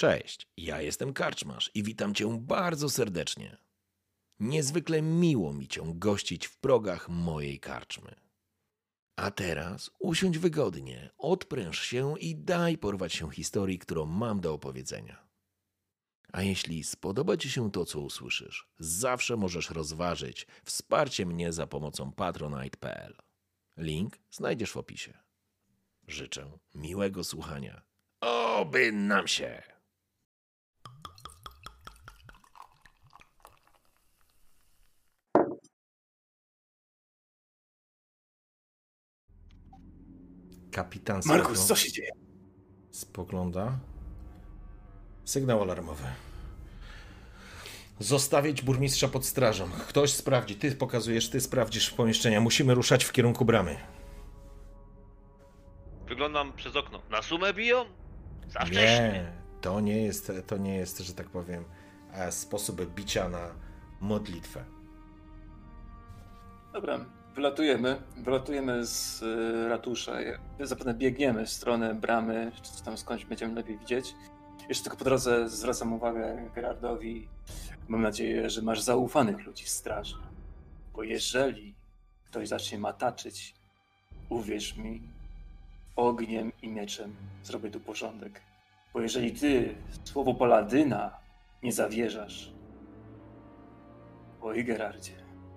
Cześć, ja jestem karczmarz i witam cię bardzo serdecznie. Niezwykle miło mi cię gościć w progach mojej karczmy. A teraz usiądź wygodnie, odpręż się i daj porwać się historii, którą mam do opowiedzenia. A jeśli spodoba ci się to, co usłyszysz, zawsze możesz rozważyć wsparcie mnie za pomocą patronite.pl. Link znajdziesz w opisie. Życzę miłego słuchania. Oby nam się! Kapitan Markus, co się dzieje? spogląda. Sygnał alarmowy. Zostawić burmistrza pod strażą. Ktoś sprawdzi. Ty pokazujesz, ty sprawdzisz pomieszczenia. Musimy ruszać w kierunku bramy. Wyglądam przez okno. Na sumę biją? Za wcześnie. Nie, to nie jest, że tak powiem, sposób bicia na modlitwę. Dobra, wylatujemy z ratusza. Zapewne biegniemy w stronę bramy, czy tam skądś będziemy lepiej widzieć. Jeszcze tylko po drodze zwracam uwagę Gerardowi. Mam nadzieję, że masz zaufanych ludzi w straży. Bo jeżeli ktoś zacznie mataczyć, uwierz mi, ogniem i mieczem zrobię tu porządek. Bo jeżeli ty słowo paladyna nie zawierzasz, oj Gerardzie,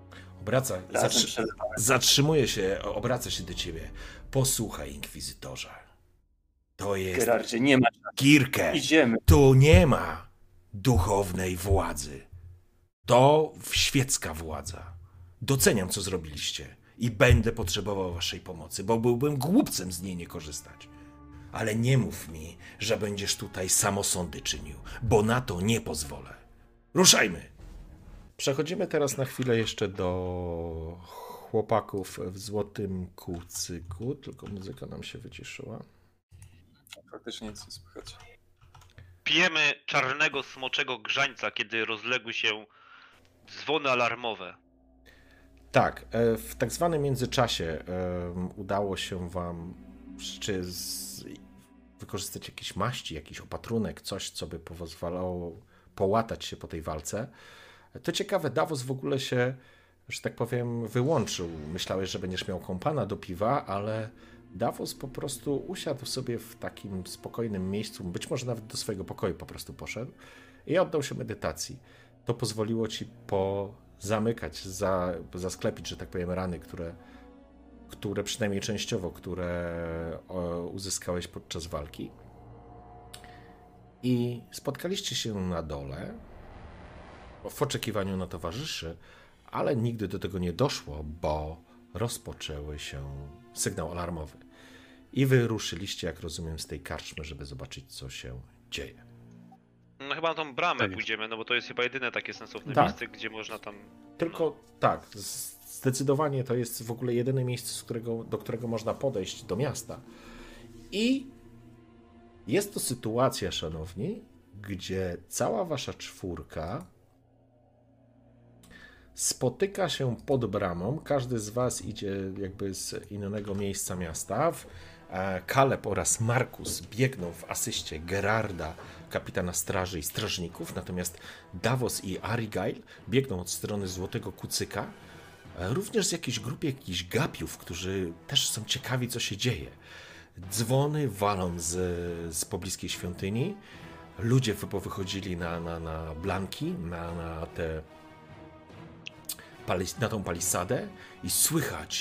zatrzymuje się, obraca się do ciebie. Posłuchaj, inkwizytorze. To jest Gerardzie, nie ma Kirke. Idziemy. Tu nie ma duchownej władzy. To świecka władza. Doceniam, co zrobiliście i będę potrzebował waszej pomocy, bo byłbym głupcem z niej nie korzystać. Ale nie mów mi, że będziesz tutaj samosądy czynił, bo na to nie pozwolę. Ruszajmy! Przechodzimy teraz na chwilę jeszcze do chłopaków w złotym kucyku, tylko muzyka nam się wyciszyła. Faktycznie nic nie słychać. Pijemy czarnego smoczego grzańca, kiedy rozległy się dzwony alarmowe. Tak, w tak zwanym międzyczasie udało się wam wykorzystać jakieś maści, jakiś opatrunek, coś, co by pozwalało połatać się po tej walce. To ciekawe, Davos w ogóle się, że tak powiem, wyłączył. Myślałeś, że będziesz miał kompana do piwa, ale Davos po prostu usiadł sobie w takim spokojnym miejscu, być może nawet do swojego pokoju po prostu poszedł i oddał się medytacji. To pozwoliło ci pozamykać, zasklepić, że tak powiem, rany, które przynajmniej częściowo, uzyskałeś podczas walki. I spotkaliście się na dole w oczekiwaniu na towarzyszy, ale nigdy do tego nie doszło, bo rozpoczęły się sygnał alarmowy. I wy ruszyliście, jak rozumiem, z tej karczmy, żeby zobaczyć, co się dzieje. No chyba na tą bramę pójdziemy, no bo to jest chyba jedyne takie sensowne Tak. miejsce, gdzie można tam... Tylko tak, zdecydowanie to jest w ogóle jedyne miejsce, do którego można podejść do miasta. I jest to sytuacja, szanowni, gdzie cała wasza czwórka spotyka się pod bramą. Każdy z was idzie jakby z innego miejsca miasta. Kaleb oraz Markus biegną w asyście Gerarda, kapitana straży i strażników, natomiast Davos i Arigail biegną od strony Złotego Kucyka, również z jakiejś grupy jakichś gapiów, którzy też są ciekawi, co się dzieje. Dzwony walą z pobliskiej świątyni, ludzie wychodzili na blanki, na tą palisadę i słychać: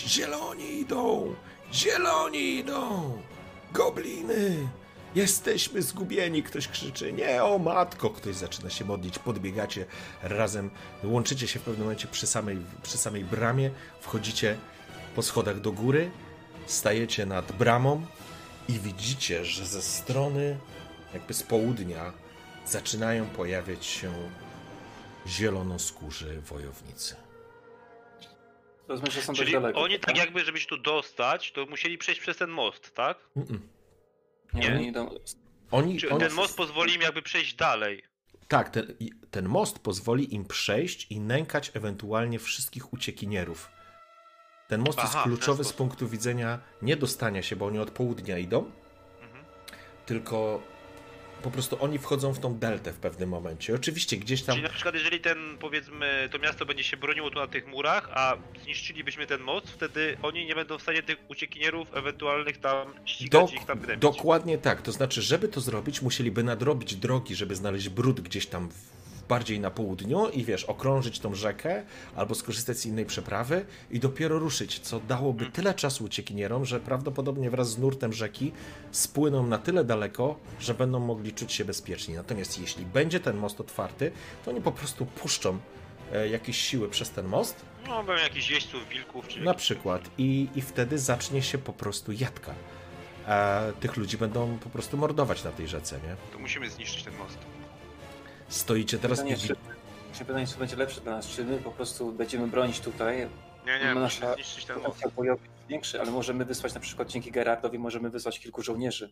zieloni idą, gobliny, jesteśmy zgubieni, ktoś krzyczy, nie, o matko, ktoś zaczyna się modlić, podbiegacie razem, łączycie się w pewnym momencie przy samej bramie, wchodzicie po schodach do góry, stajecie nad bramą i widzicie, że ze strony, jakby z południa, zaczynają pojawiać się zielonoskórzy wojownicy. Rozumiem, że są Czyli tak daleko. oni tak jakby, żeby się tu dostać, to musieli przejść przez ten most, tak? Nie, oni idą... Czy ten most pozwoli im jakby przejść dalej? Tak, ten most pozwoli im przejść i nękać ewentualnie wszystkich uciekinierów. Ten most jest kluczowy z punktu widzenia nie dostania się, bo oni od południa idą, tylko po prostu oni wchodzą w tą deltę w pewnym momencie. Oczywiście gdzieś tam... Czyli na przykład jeżeli powiedzmy, to miasto będzie się broniło tu na tych murach, a zniszczylibyśmy ten most, wtedy oni nie będą w stanie tych uciekinierów ewentualnych tam ścigać i ich tam gnębić. Dokładnie tak. To znaczy, żeby to zrobić, musieliby nadrobić drogi, żeby znaleźć brud gdzieś tam bardziej na południu i wiesz, okrążyć tą rzekę albo skorzystać z innej przeprawy i dopiero ruszyć, co dałoby tyle czasu uciekinierom, że prawdopodobnie wraz z nurtem rzeki spłyną na tyle daleko, że będą mogli czuć się bezpieczni. Natomiast jeśli będzie ten most otwarty, to oni po prostu puszczą jakieś siły przez ten most. No, będą jakichś jeźdźców, wilków czy... Na przykład. I wtedy zacznie się po prostu jadka. Tych ludzi będą po prostu mordować na tej rzece, nie? To musimy zniszczyć ten most. Stoicie teraz... Pytanie, co będzie lepsze dla nas, czy my po prostu będziemy bronić tutaj? Nie, musimy zniszczyć ten most. Bojowy jest większy, ale możemy wysłać na przykład dzięki Gerardowi, możemy wysłać kilku żołnierzy.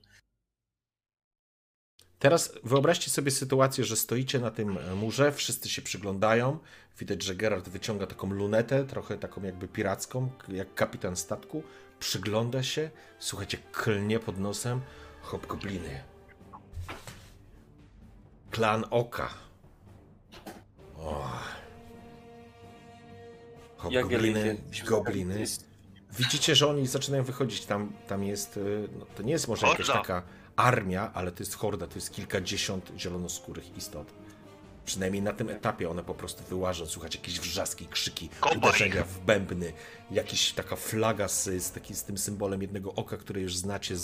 Teraz wyobraźcie sobie sytuację, że stoicie na tym murze, wszyscy się przyglądają. Widać, że Gerard wyciąga taką lunetę, trochę taką jakby piracką, jak kapitan statku. Przygląda się, słuchajcie, klnie pod nosem. Hobgobliny. Klan Oka. Hobgobliny, gobliny. Widzicie, że oni zaczynają wychodzić. Tam jest, no to nie jest może jakaś taka armia, ale to jest horda, to jest kilkadziesiąt zielonoskórych istot. Przynajmniej na tym etapie one po prostu wyłażą, słuchać jakieś wrzaski, krzyki, uderzenia w bębny, jakaś taka flaga z tym symbolem jednego oka, które już znacie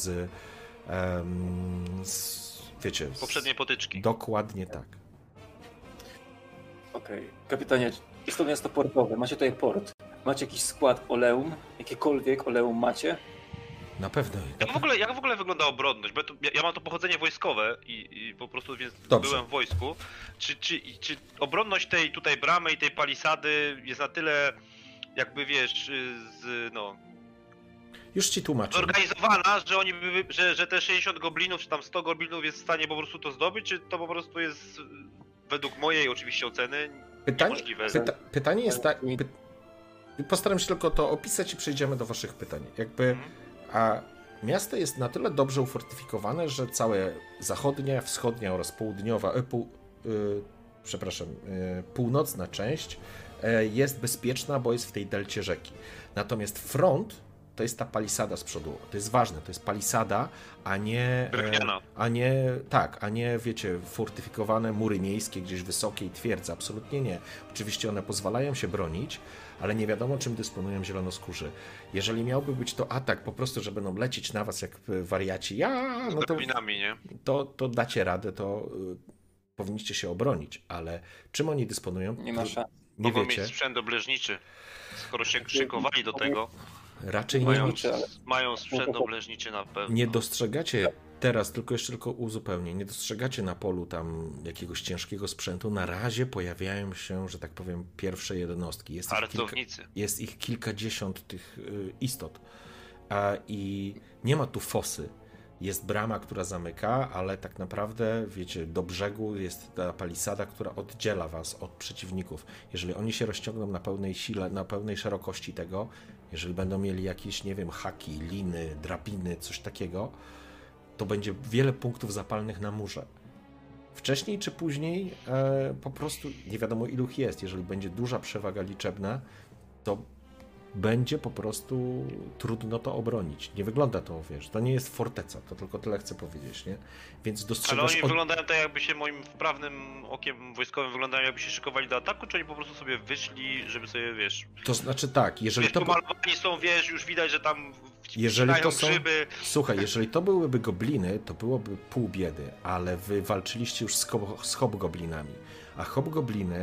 wiecie... Z poprzedniej potyczki. Dokładnie tak. Okej. Kapitanie, jest to miasto portowe, macie tutaj port. Macie jakiś skład oleum? Jakiekolwiek oleum macie? Na pewno. Jak w ogóle wygląda obronność? Bo ja mam to pochodzenie wojskowe i po prostu więc byłem w wojsku. Czy obronność tej tutaj bramy i tej palisady jest na tyle, jakby wiesz, już ci tłumaczę. Zorganizowana, że że te 60 goblinów, czy tam 100 goblinów jest w stanie po prostu to zdobyć, czy to po prostu jest według mojej oczywiście oceny niemożliwe? Pytanie jest tak. Postaram się tylko to opisać i przejdziemy do waszych pytań. A miasto jest na tyle dobrze ufortyfikowane, że całe zachodnia, wschodnia oraz południowa, północna część jest bezpieczna, bo jest w tej delcie rzeki. Natomiast front to jest ta palisada z przodu. To jest ważne, to jest palisada, a nie, wiecie, fortyfikowane mury miejskie, gdzieś wysokie i twierdze. Absolutnie nie. Oczywiście one pozwalają się bronić, ale nie wiadomo, czym dysponują zielonoskórzy. Jeżeli miałby być to atak po prostu, że będą lecieć na was jak wariaci, no to dacie radę, to powinniście się obronić, ale czym oni dysponują? Nie ma szans. Nie mogą wiecie. Mieć sprzęt obleżniczy, skoro się szykowali do tego. Raczej mają sprzęt obleżniczy na pewno. Nie dostrzegacie teraz, tylko uzupełnię, nie dostrzegacie na polu tam jakiegoś ciężkiego sprzętu. Na razie pojawiają się, że tak powiem, pierwsze jednostki. Jest ich kilkadziesiąt tych istot. I nie ma tu fosy. Jest brama, która zamyka, ale tak naprawdę, wiecie, do brzegu jest ta palisada, która oddziela was od przeciwników. Jeżeli oni się rozciągną na pełnej sile, na pełnej szerokości tego, jeżeli będą mieli jakieś, nie wiem, haki, liny, drabiny, coś takiego, to będzie wiele punktów zapalnych na murze. Wcześniej czy później po prostu nie wiadomo ilu ich jest. Jeżeli będzie duża przewaga liczebna, to będzie po prostu trudno to obronić. Nie wygląda to, wiesz, to nie jest forteca, to tylko tyle chcę powiedzieć, nie? Więc dostrzegasz... Ale oni wyglądają tak, jakby się moim wprawnym okiem wojskowym wyglądają, jakby się szykowali do ataku, czy oni po prostu sobie wyszli, żeby sobie, wiesz... To znaczy tak, jeżeli wiesz, to... pomalowani są, wiesz, już widać, że tam jeżeli to są grzyby. Słuchaj, jeżeli to byłyby gobliny, to byłoby pół biedy, ale wy walczyliście już z hobgoblinami, a hobgobliny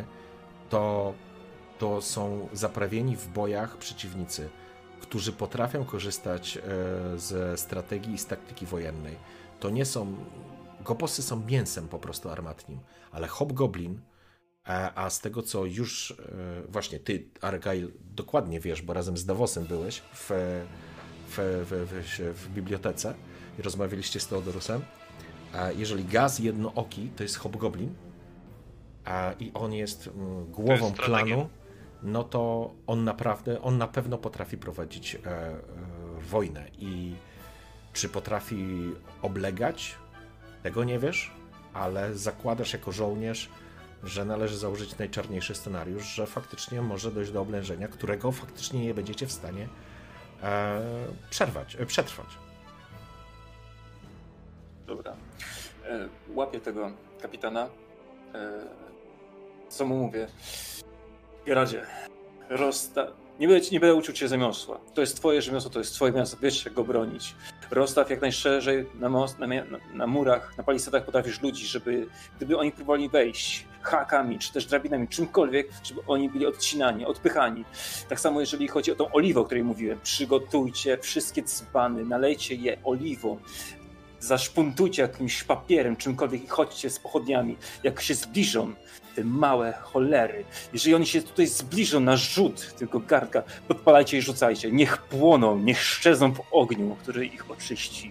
to są zaprawieni w bojach przeciwnicy, którzy potrafią korzystać ze strategii i z taktyki wojennej. To nie są... Goposy są mięsem po prostu armatnim, ale hobgoblin, a z tego co już... Właśnie ty, Argyle, dokładnie wiesz, bo razem z Davosem byłeś w bibliotece i rozmawialiście z Theodorusem. Jeżeli Gaz jednooki to jest hobgoblin i on jest głową klanu, no to on na pewno potrafi prowadzić wojnę. I czy potrafi oblegać? Tego nie wiesz, ale zakładasz jako żołnierz, że należy założyć najczarniejszy scenariusz, że faktycznie może dojść do oblężenia, którego faktycznie nie będziecie w stanie przetrwać. Dobra. Łapię tego kapitana. Co mu mówię? Geradzie, nie będę uczył cię rzemiosła. To jest twoje rzemiosło, to jest twoje miasto, wiesz jak go bronić. Rozstaw jak najszerzej na murach, na palisadach potrafisz ludzi, żeby, gdyby oni próbowali wejść hakami, czy też drabinami, czymkolwiek, żeby oni byli odcinani, odpychani. Tak samo jeżeli chodzi o tą oliwę, o której mówiłem. Przygotujcie wszystkie dzbany, nalejcie je oliwą, zaszpuntujcie jakimś papierem, czymkolwiek i chodźcie z pochodniami. Jak się zbliżą te małe cholery, jeżeli oni się tutaj zbliżą na rzut tego gardka, podpalajcie i rzucajcie. Niech płoną, niech szczezną w ogniu, który ich oczyści.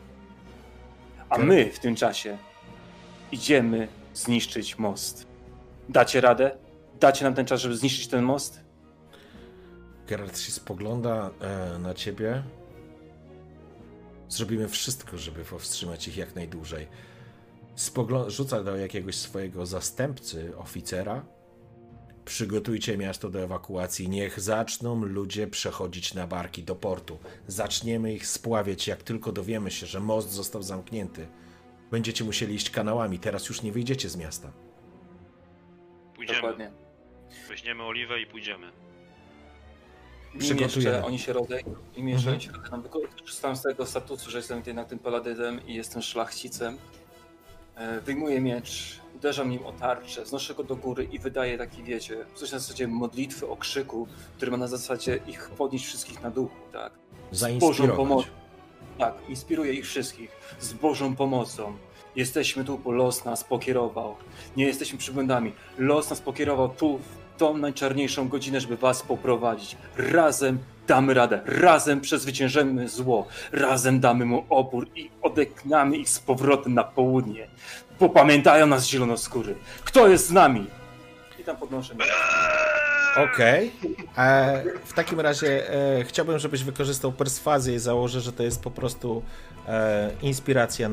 A my w tym czasie idziemy zniszczyć most. Dacie radę? Dacie nam ten czas, żeby zniszczyć ten most? Geralt się spogląda na ciebie. Zrobimy wszystko, żeby powstrzymać ich jak najdłużej. Rzuca do jakiegoś swojego zastępcy, oficera. Przygotujcie miasto do ewakuacji. Niech zaczną ludzie przechodzić na barki do portu. Zaczniemy ich spławiać, jak tylko dowiemy się, że most został zamknięty. Będziecie musieli iść kanałami. Teraz już nie wyjdziecie z miasta. Pójdziemy. Dokładnie. Weźmiemy oliwę i pójdziemy. Nim jeszcze oni się rozejdą, korzystam z tego statusu, że jestem jednak tym paladynem i jestem szlachcicem. Wyjmuję miecz, uderzam nim o tarczę, znoszę go do góry i wydaję taki, wiecie, coś na zasadzie modlitwy, okrzyku, który ma na zasadzie ich podnieść wszystkich na duchu, tak? Z Bożą pomocą. Tak, inspiruję ich wszystkich. Z Bożą pomocą. Jesteśmy tu, bo los nas pokierował. Nie jesteśmy przybłędami. Los nas pokierował tu, w tą najczarniejszą godzinę, żeby was poprowadzić. Razem damy radę. Razem przezwyciężymy zło. Razem damy mu opór i odegnamy ich z powrotem na południe. Bo pamiętają nas zielonoskóry. Kto jest z nami? I tam podnoszę mnie. Okej. W takim razie chciałbym, żebyś wykorzystał perswazję i założę, że to jest po prostu inspiracja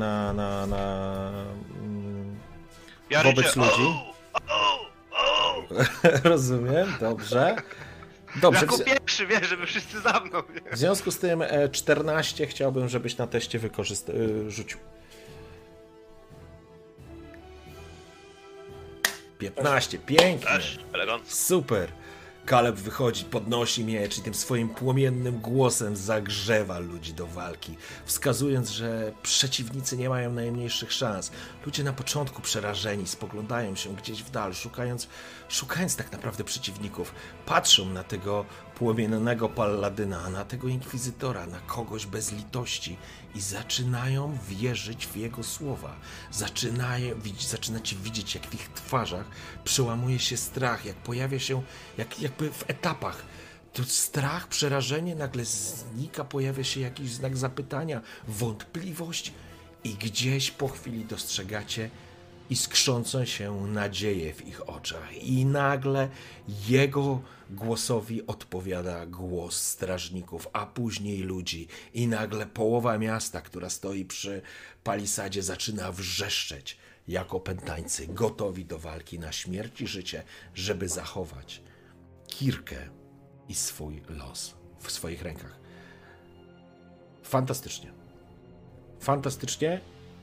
wobec ludzi. Rozumiem, dobrze. Jako pierwszy, wiesz, żeby wszyscy za mną. W związku z tym 14 chciałbym, żebyś na teście rzucił. 15, pięknie. Super. Kaleb wychodzi, podnosi miecz i tym swoim płomiennym głosem zagrzewa ludzi do walki, wskazując, że przeciwnicy nie mają najmniejszych szans. Ludzie na początku przerażeni spoglądają się gdzieś w dal, szukając tak naprawdę przeciwników. Patrzą na tego płomiennego palladyna, na tego inkwizytora, na kogoś bez litości i zaczynają wierzyć w jego słowa. Zaczynacie widzieć, jak w ich twarzach przełamuje się strach, jak pojawia się, jakby w etapach. To strach, przerażenie, nagle znika, pojawia się jakiś znak zapytania, wątpliwość i gdzieś po chwili dostrzegacie iskrzącą się nadzieję w ich oczach. I nagle jego głosowi odpowiada głos strażników, a później ludzi. I nagle połowa miasta, która stoi przy palisadzie, zaczyna wrzeszczeć jak opętańcy, gotowi do walki na śmierć i życie, żeby zachować Kirkę i swój los w swoich rękach. Fantastycznie. Fantastycznie.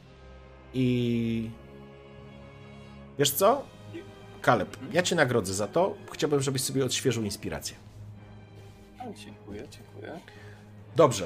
I wiesz co? Kaleb, ja cię nagrodzę za to. Chciałbym, żebyś sobie odświeżył inspirację. Dziękuję. Dobrze.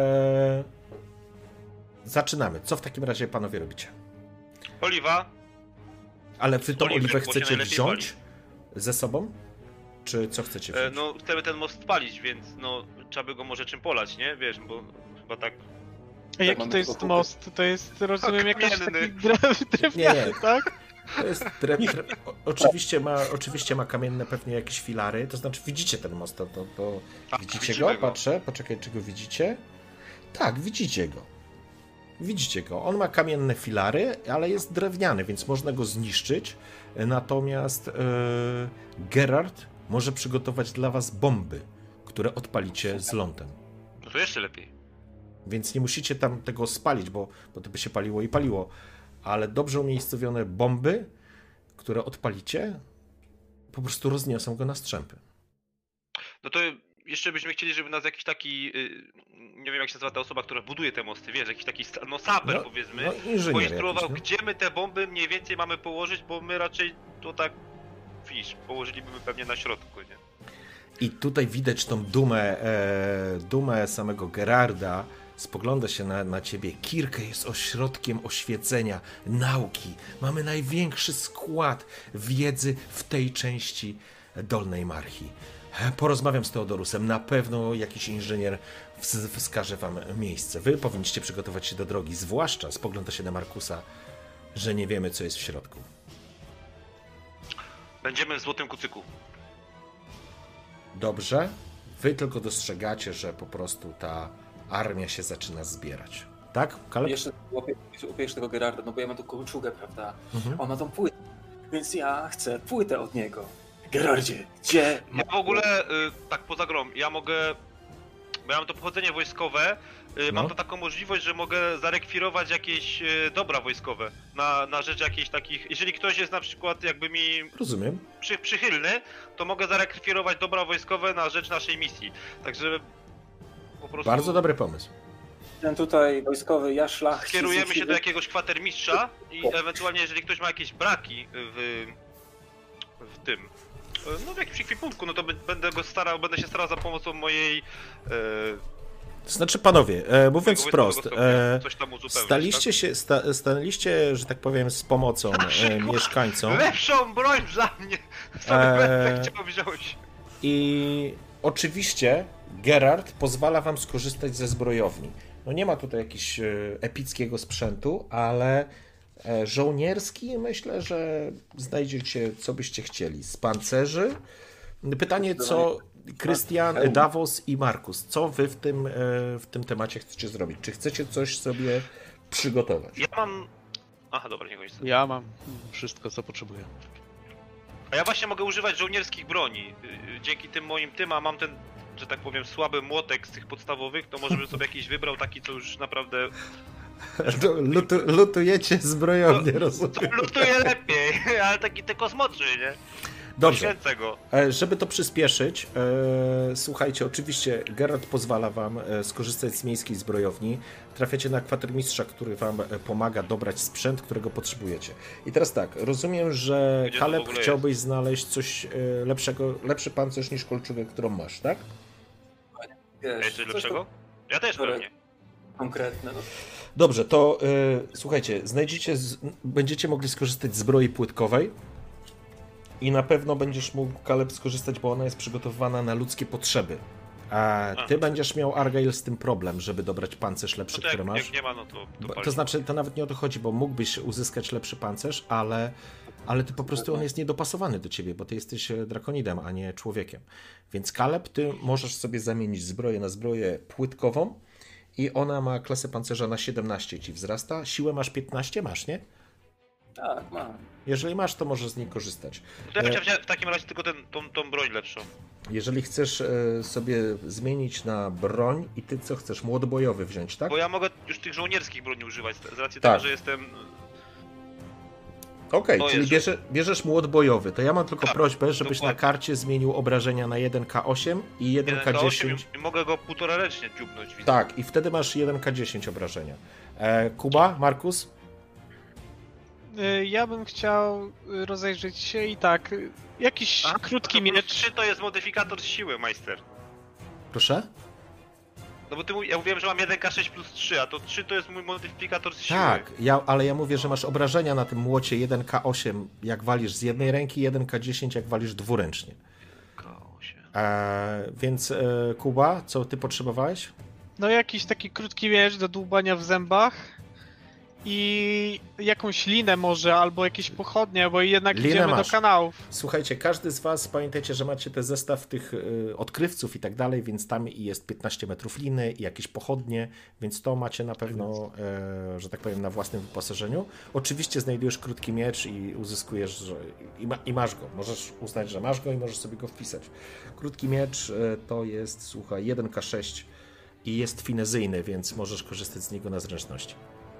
Zaczynamy. Co w takim razie panowie robicie? Oliwa. Ale wy tą oliwę chcecie wziąć ze sobą? Czy co chcecie wziąć? No, chcemy ten most spalić, więc no, trzeba by go może czym polać, nie? Wiesz, bo chyba tak... A jaki to jest most? To jest, rozumiem, jakiś taki drewniany, nie. tak? To jest oczywiście ma kamienne pewnie jakieś filary, to znaczy widzicie ten most, to widzicie go? Patrzę, poczekaj, czy go widzicie? Tak, widzicie go. Widzicie go. On ma kamienne filary, ale jest drewniany, więc można go zniszczyć. Natomiast Gerard może przygotować dla was bomby, które odpalicie z lądem. No to jeszcze lepiej. Więc nie musicie tam tego spalić, bo to by się paliło i paliło. ale dobrze umiejscowione bomby, które odpalicie, po prostu rozniosą go na strzępy. No to jeszcze byśmy chcieli, żeby nas jakiś taki, nie wiem jak się nazywa ta osoba, która buduje te mosty, wiesz, jakiś taki, saper powiedzmy, poinstruował, jakiś, gdzie my te bomby mniej więcej mamy położyć, bo my raczej to tak, widzisz, położylibyśmy pewnie na środku, nie? I tutaj widać tą dumę samego Gerarda, spogląda się na ciebie. Kirke jest ośrodkiem oświecenia, nauki. Mamy największy skład wiedzy w tej części Dolnej Marchi. Porozmawiam z Teodorusem, na pewno jakiś inżynier wskaże wam miejsce. Wy powinniście przygotować się do drogi, zwłaszcza spogląda się na Markusa, że nie wiemy, co jest w środku. Będziemy w Złotym Kucyku. Dobrze. Wy tylko dostrzegacie, że po prostu ta armia się zaczyna zbierać. Tak, Kaleb? Jeszcze łapiesz tego Gerarda, no bo ja mam tą kolczugę, prawda? On ma tą płytę, więc ja chcę płytę od niego. Gerardzie, gdzie? Ja w ogóle, tak poza grą, ja mogę, bo ja mam to pochodzenie wojskowe, mam to taką możliwość, że mogę zarekwirować jakieś dobra wojskowe na rzecz jakichś takich, jeżeli ktoś jest na przykład jakby mi Rozumiem. Przychylny, to mogę zarekwirować dobra wojskowe na rzecz naszej misji. Także po prostu... Bardzo dobry pomysł. Ten tutaj wojskowy, ja szlach... Kierujemy się do jakiegoś kwatermistrza i ewentualnie jeżeli ktoś ma jakieś braki w tym, no w jakimś ekwipunku, no to będę się starał za pomocą mojej... Znaczy, panowie, mówiąc wprost, coś tam uzupełnić, staliście, że tak powiem, z pomocą mieszkańcom. Lepszą broń dla mnie! Sobie chciał wziąć. I oczywiście Gerard pozwala wam skorzystać ze zbrojowni. No nie ma tutaj jakiegoś epickiego sprzętu, ale żołnierski myślę, że znajdziecie, co byście chcieli. Z pancerzy. Pytanie, co Krystian, Davos i Markus, co wy w tym temacie chcecie zrobić? Czy chcecie coś sobie przygotować? Ja mam... Aha, dobra, nie kończę. Ja mam wszystko, co potrzebuję. A ja właśnie mogę używać żołnierskich broni. Dzięki tym moim a mam ten, że tak powiem, słaby młotek z tych podstawowych, to może bym sobie jakiś wybrał taki, co już naprawdę... Lutujecie zbrojownie, rozumiem. To lutuję lepiej, ale taki tylko smoczy, nie? Dobrze, go. Żeby to przyspieszyć, słuchajcie, oczywiście Gerard pozwala wam skorzystać z miejskiej zbrojowni. Trafiacie na kwatermistrza, który wam pomaga dobrać sprzęt, którego potrzebujecie. I teraz tak, rozumiem, że Kaleb chciałbyś znaleźć coś lepszy pancerz niż kolczugę, którą masz, tak? Coś lepszego? Ja też pewnie. Konkretne. No. Dobrze, to słuchajcie, będziecie mogli skorzystać z zbroi płytkowej. I na pewno będziesz mógł, Kaleb, skorzystać, bo ona jest przygotowana na ludzkie potrzeby. A ty będziesz miał, Argyle, z tym problem, żeby dobrać pancerz lepszy, który masz. Jak nie ma, no to znaczy, to nawet nie o to chodzi, bo mógłbyś uzyskać lepszy pancerz, ale ty po prostu on jest niedopasowany do ciebie, bo ty jesteś drakonidem, a nie człowiekiem. Więc Kaleb, ty możesz sobie zamienić zbroję na zbroję płytkową i ona ma klasę pancerza na 17 ci wzrasta. Siłę masz 15, masz, nie? Tak, mam. Jeżeli masz, to możesz z niej korzystać. To ja chciałem w takim razie tylko tą broń lepszą. Jeżeli chcesz sobie zmienić na broń i ty co chcesz, młot bojowy wziąć, tak? Bo ja mogę już tych żołnierskich broni używać, z racji tego, że jestem... Okej, czyli bierzesz młot bojowy. To ja mam tylko prośbę, żebyś na karcie zmienił obrażenia na 1K8 i 1K10. I mogę go półtorarecznie dziubnąć. Widzę. Tak, i wtedy masz 1K10 obrażenia. Kuba, Markus? Ja bym chciał rozejrzeć się i tak, jakiś krótki miecz. 3 to jest modyfikator siły, majster. Proszę? No bo ja mówiłem, że mam 1K6 plus 3, a to 3 to jest mój modyfikator siły. Tak, ale ja mówię, że masz obrażenia na tym młocie 1K8, jak walisz z jednej ręki, 1K10, jak walisz dwuręcznie. Więc Kuba, co ty potrzebowałeś? No jakiś taki krótki miecz do dłubania w zębach. I jakąś linę może, albo jakieś pochodnie, bo jednak idziemy do kanałów. Słuchajcie, każdy z was, pamiętajcie, że macie ten zestaw tych odkrywców i tak dalej, więc tam jest 15 metrów liny i jakieś pochodnie, więc to macie na pewno, że tak powiem, na własnym wyposażeniu. Oczywiście znajdujesz krótki miecz i uzyskujesz, i masz go. Możesz uznać, że masz go i możesz sobie go wpisać. Krótki miecz to jest, słuchaj, 1K6 i jest finezyjny, więc możesz korzystać z niego na zręczności.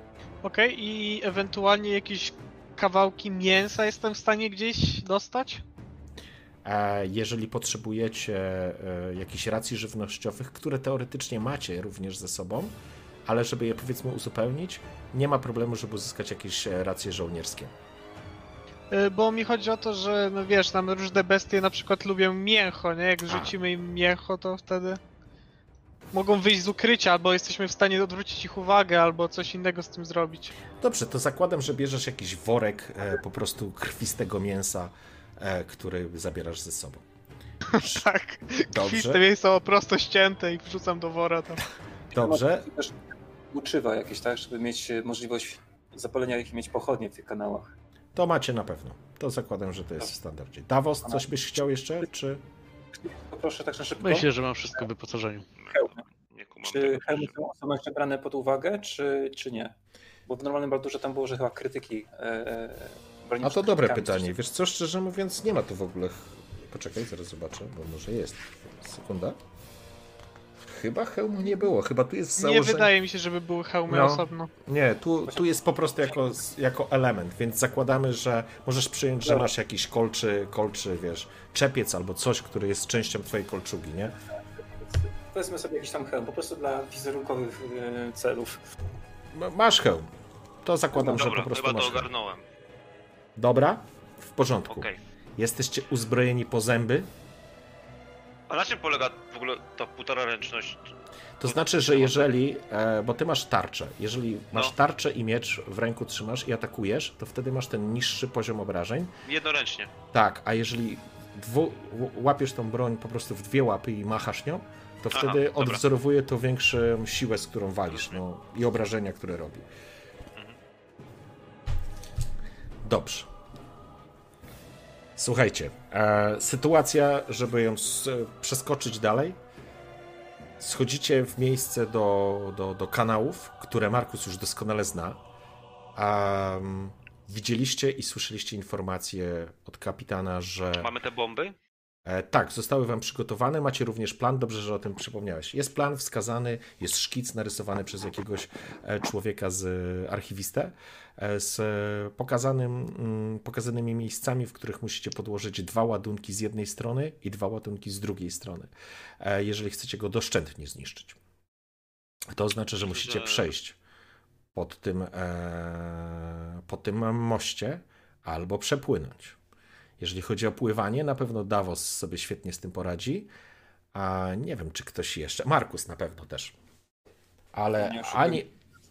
Okej, i ewentualnie jakieś kawałki mięsa jestem w stanie gdzieś dostać? Jeżeli potrzebujecie jakichś racji żywnościowych, które teoretycznie macie również ze sobą, ale żeby je powiedzmy uzupełnić, nie ma problemu, żeby uzyskać jakieś racje żołnierskie. Bo mi chodzi o to, że no wiesz, tam różne bestie na przykład lubią mięcho, nie? Jak rzucimy im mięcho, to wtedy mogą wyjść z ukrycia, albo jesteśmy w stanie odwrócić ich uwagę, albo coś innego z tym zrobić. Dobrze, to zakładam, że bierzesz jakiś worek po prostu krwistego mięsa, który zabierasz ze sobą. Tak, Dobrze. krwiste mięso prosto ścięte i wrzucam do wora tam. Dobrze. Też uczywa jakieś, tak, żeby mieć możliwość zapalenia ich i mieć pochodnie w tych kanałach. To macie na pewno. To zakładam, że to jest w standardzie. Davos, coś byś chciał jeszcze, czy... Poproszę tak na szybko. Myślę, że mam wszystko w wyposażeniu. Hełmy. Nie kumam Czy tego. hełmy są jeszcze brane pod uwagę, czy nie? Bo w normalnym Baldurze tam było, że chyba krytyki... A to dobre pytanie. Wiesz co, szczerze mówiąc, nie ma tu w ogóle... Poczekaj, zaraz zobaczę, bo może jest. Sekunda. Chyba hełmu nie było. Chyba tu jest założenie... Nie wydaje mi się, żeby były hełmy osobno. Nie, tu jest po prostu jako element, więc zakładamy, że możesz przyjąć, że masz jakiś kolczy, wiesz, czepiec albo coś, który jest częścią twojej kolczugi, nie? Powiedzmy sobie jakiś tam hełm, po prostu dla wizerunkowych celów. Masz hełm. To zakładam, Dobra, że po prostu chyba masz to hełm. ogarnąłem. Dobra? W porządku. Okej. Jesteście uzbrojeni po zęby? A na czym polega w ogóle ta półtora ręczność? To znaczy, że jeżeli, bo ty masz tarczę, jeżeli masz No. tarczę i miecz w ręku trzymasz i atakujesz, to wtedy masz ten niższy poziom obrażeń. Jednoręcznie. Tak, a jeżeli łapiesz tą broń po prostu w dwie łapy i machasz nią, to wtedy dobra. odwzorowuje to większą siłę, z którą walisz, no, i obrażenia, które robi. Dobrze. Słuchajcie, sytuacja, żeby ją przeskoczyć dalej, schodzicie w miejsce do kanałów, które Markus już doskonale zna. Widzieliście i słyszeliście informacje od kapitana, że... Mamy te bomby? Tak, zostały wam przygotowane. Macie również plan, dobrze, że o tym przypomniałeś. Jest plan wskazany, jest szkic narysowany przez jakiegoś człowieka z archiwistę, z pokazanymi miejscami, w których musicie podłożyć 2 ładunki z jednej strony i 2 ładunki z drugiej strony, jeżeli chcecie go doszczętnie zniszczyć. To oznacza, że musicie przejść po tym moście albo przepłynąć. Jeżeli chodzi o pływanie, na pewno Davos sobie świetnie z tym poradzi, a nie wiem, czy ktoś jeszcze. Markus na pewno też. Ale ani...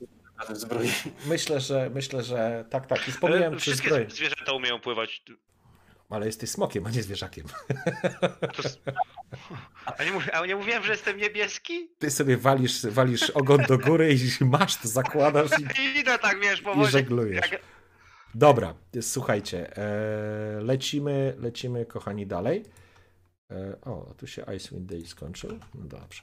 Myślę, że tak. I wspomniałem, czy wszystkie zbroję. zwierzęta umieją pływać. Ale jesteś smokiem, a nie zwierzakiem. A nie mówiłem, że jestem niebieski? Ty sobie walisz ogon do góry i masz to, zakładasz I idę tak, wiesz, i powoli. żeglujesz. Dobra, słuchajcie, lecimy kochani dalej. Tu się Icewind Day skończył. No dobrze.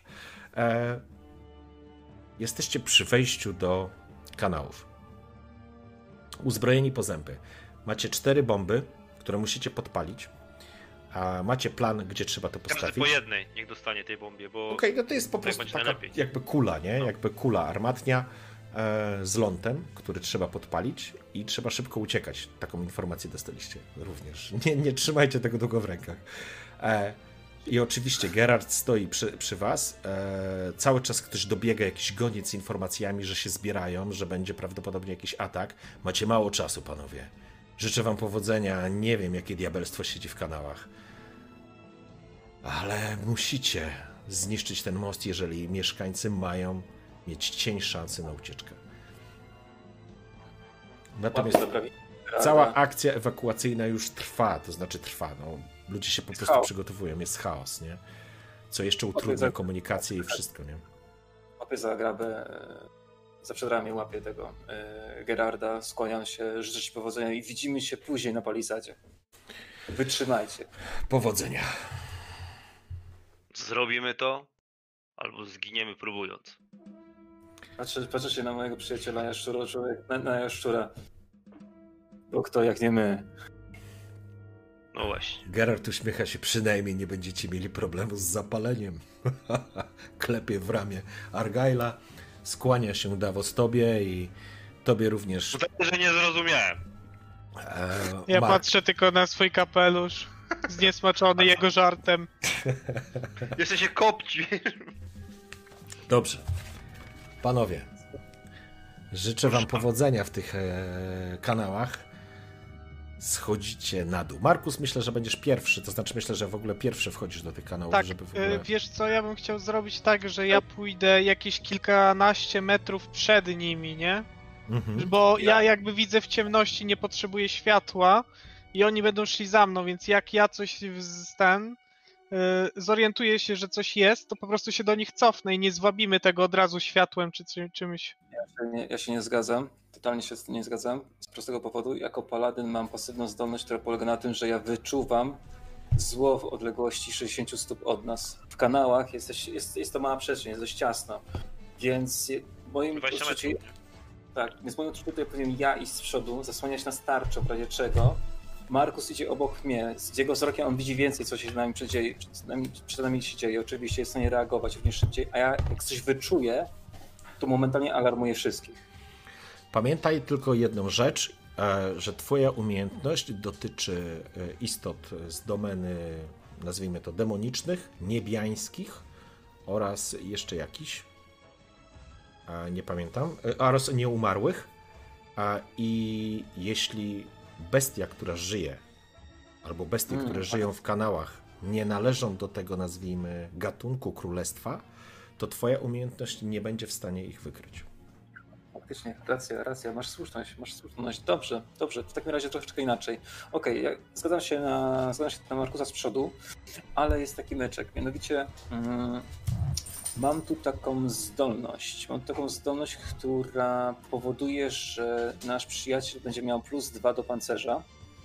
Jesteście przy wejściu do kanałów. Uzbrojeni po zęby. Macie 4 bomby, które musicie podpalić. A macie plan, gdzie trzeba to postawić. Każdy po jednej, niech dostanie tej bombie, bo... Okej, no to jest po prostu taka jakby kula, nie? Jakby kula armatnia z lądem, który trzeba podpalić i trzeba szybko uciekać. Taką informację dostaliście również. Nie trzymajcie tego długo w rękach. I oczywiście Gerard stoi przy was. Cały czas ktoś dobiega, jakiś goniec z informacjami, że się zbierają, że będzie prawdopodobnie jakiś atak. Macie mało czasu, panowie. Życzę wam powodzenia. Nie wiem, jakie diabelstwo siedzi w kanałach. Ale musicie zniszczyć ten most, jeżeli mieszkańcy mają mieć cień szansy na ucieczkę. Natomiast cała akcja ewakuacyjna już trwa, to znaczy trwa. No, ludzie się po prostu przygotowują, jest chaos, nie? Co jeszcze utrudnia komunikację i wszystko, nie? Łapie za grabę, za przedramię łapie tego Gerarda, skłaniam się, życzę ci powodzenia i widzimy się później na palisadzie. Wytrzymajcie. Powodzenia. Zrobimy to, albo zginiemy próbując. Patrzę się na mojego przyjaciela jaszczura, na jaszczura. Bo kto jak nie my. No właśnie. Gerard uśmiecha się, przynajmniej nie będziecie mieli problemu z zapaleniem. Klepie w ramię Argyla, skłania się Davos tobie i Tobie również. Że nie zrozumiałem. Ja patrzę tylko na swój kapelusz, zniesmaczony jego żartem. Jeszcze się kopci. Dobrze. Panowie, życzę wam powodzenia w tych kanałach. Schodzicie na dół. Markus, myślę, że będziesz pierwszy, to znaczy myślę, że w ogóle pierwszy wchodzisz do tych kanałów, Tak, żeby w ogóle... wiesz co, ja bym chciał zrobić tak, że ja pójdę jakieś kilkanaście metrów przed nimi, nie? Bo ja jakby widzę w ciemności, nie potrzebuję światła i oni będą szli za mną, więc jak ja coś zorientuję się, że coś jest, to po prostu się do nich cofnę i nie zwabimy tego od razu światłem czy czymś. Ja się nie zgadzam, totalnie się z tym nie zgadzam, z prostego powodu. Jako paladyn mam pasywną zdolność, która polega na tym, że ja wyczuwam zło w odległości 60 stóp od nas. W kanałach jest to mała przestrzeń, jest dość ciasno, więc moim odczuciem... Tak, więc moim odczuciem to ja powiem ja iść z przodu, zasłaniać nas tarczą w razie czego. Markus idzie obok mnie, z jego wzrokiem on widzi więcej, co się przed nami się dzieje. Oczywiście jest w stanie reagować również szybciej, a ja jak coś wyczuję, to momentalnie alarmuję wszystkich. Pamiętaj tylko jedną rzecz, że twoja umiejętność dotyczy istot z domeny, nazwijmy to demonicznych, niebiańskich oraz jeszcze jakichś, nie pamiętam, oraz nieumarłych. I jeśli bestia, która żyje, albo bestie, które żyją w kanałach, nie należą do tego, nazwijmy, gatunku królestwa, to twoja umiejętność nie będzie w stanie ich wykryć. Faktycznie, racja, masz słuszność. Dobrze, w takim razie troszeczkę inaczej. Okej, ja zgadzam się na Markusa z przodu, ale jest taki meczek, mianowicie mam tu taką zdolność, która powoduje, że nasz przyjaciel będzie miał +2 do pancerza.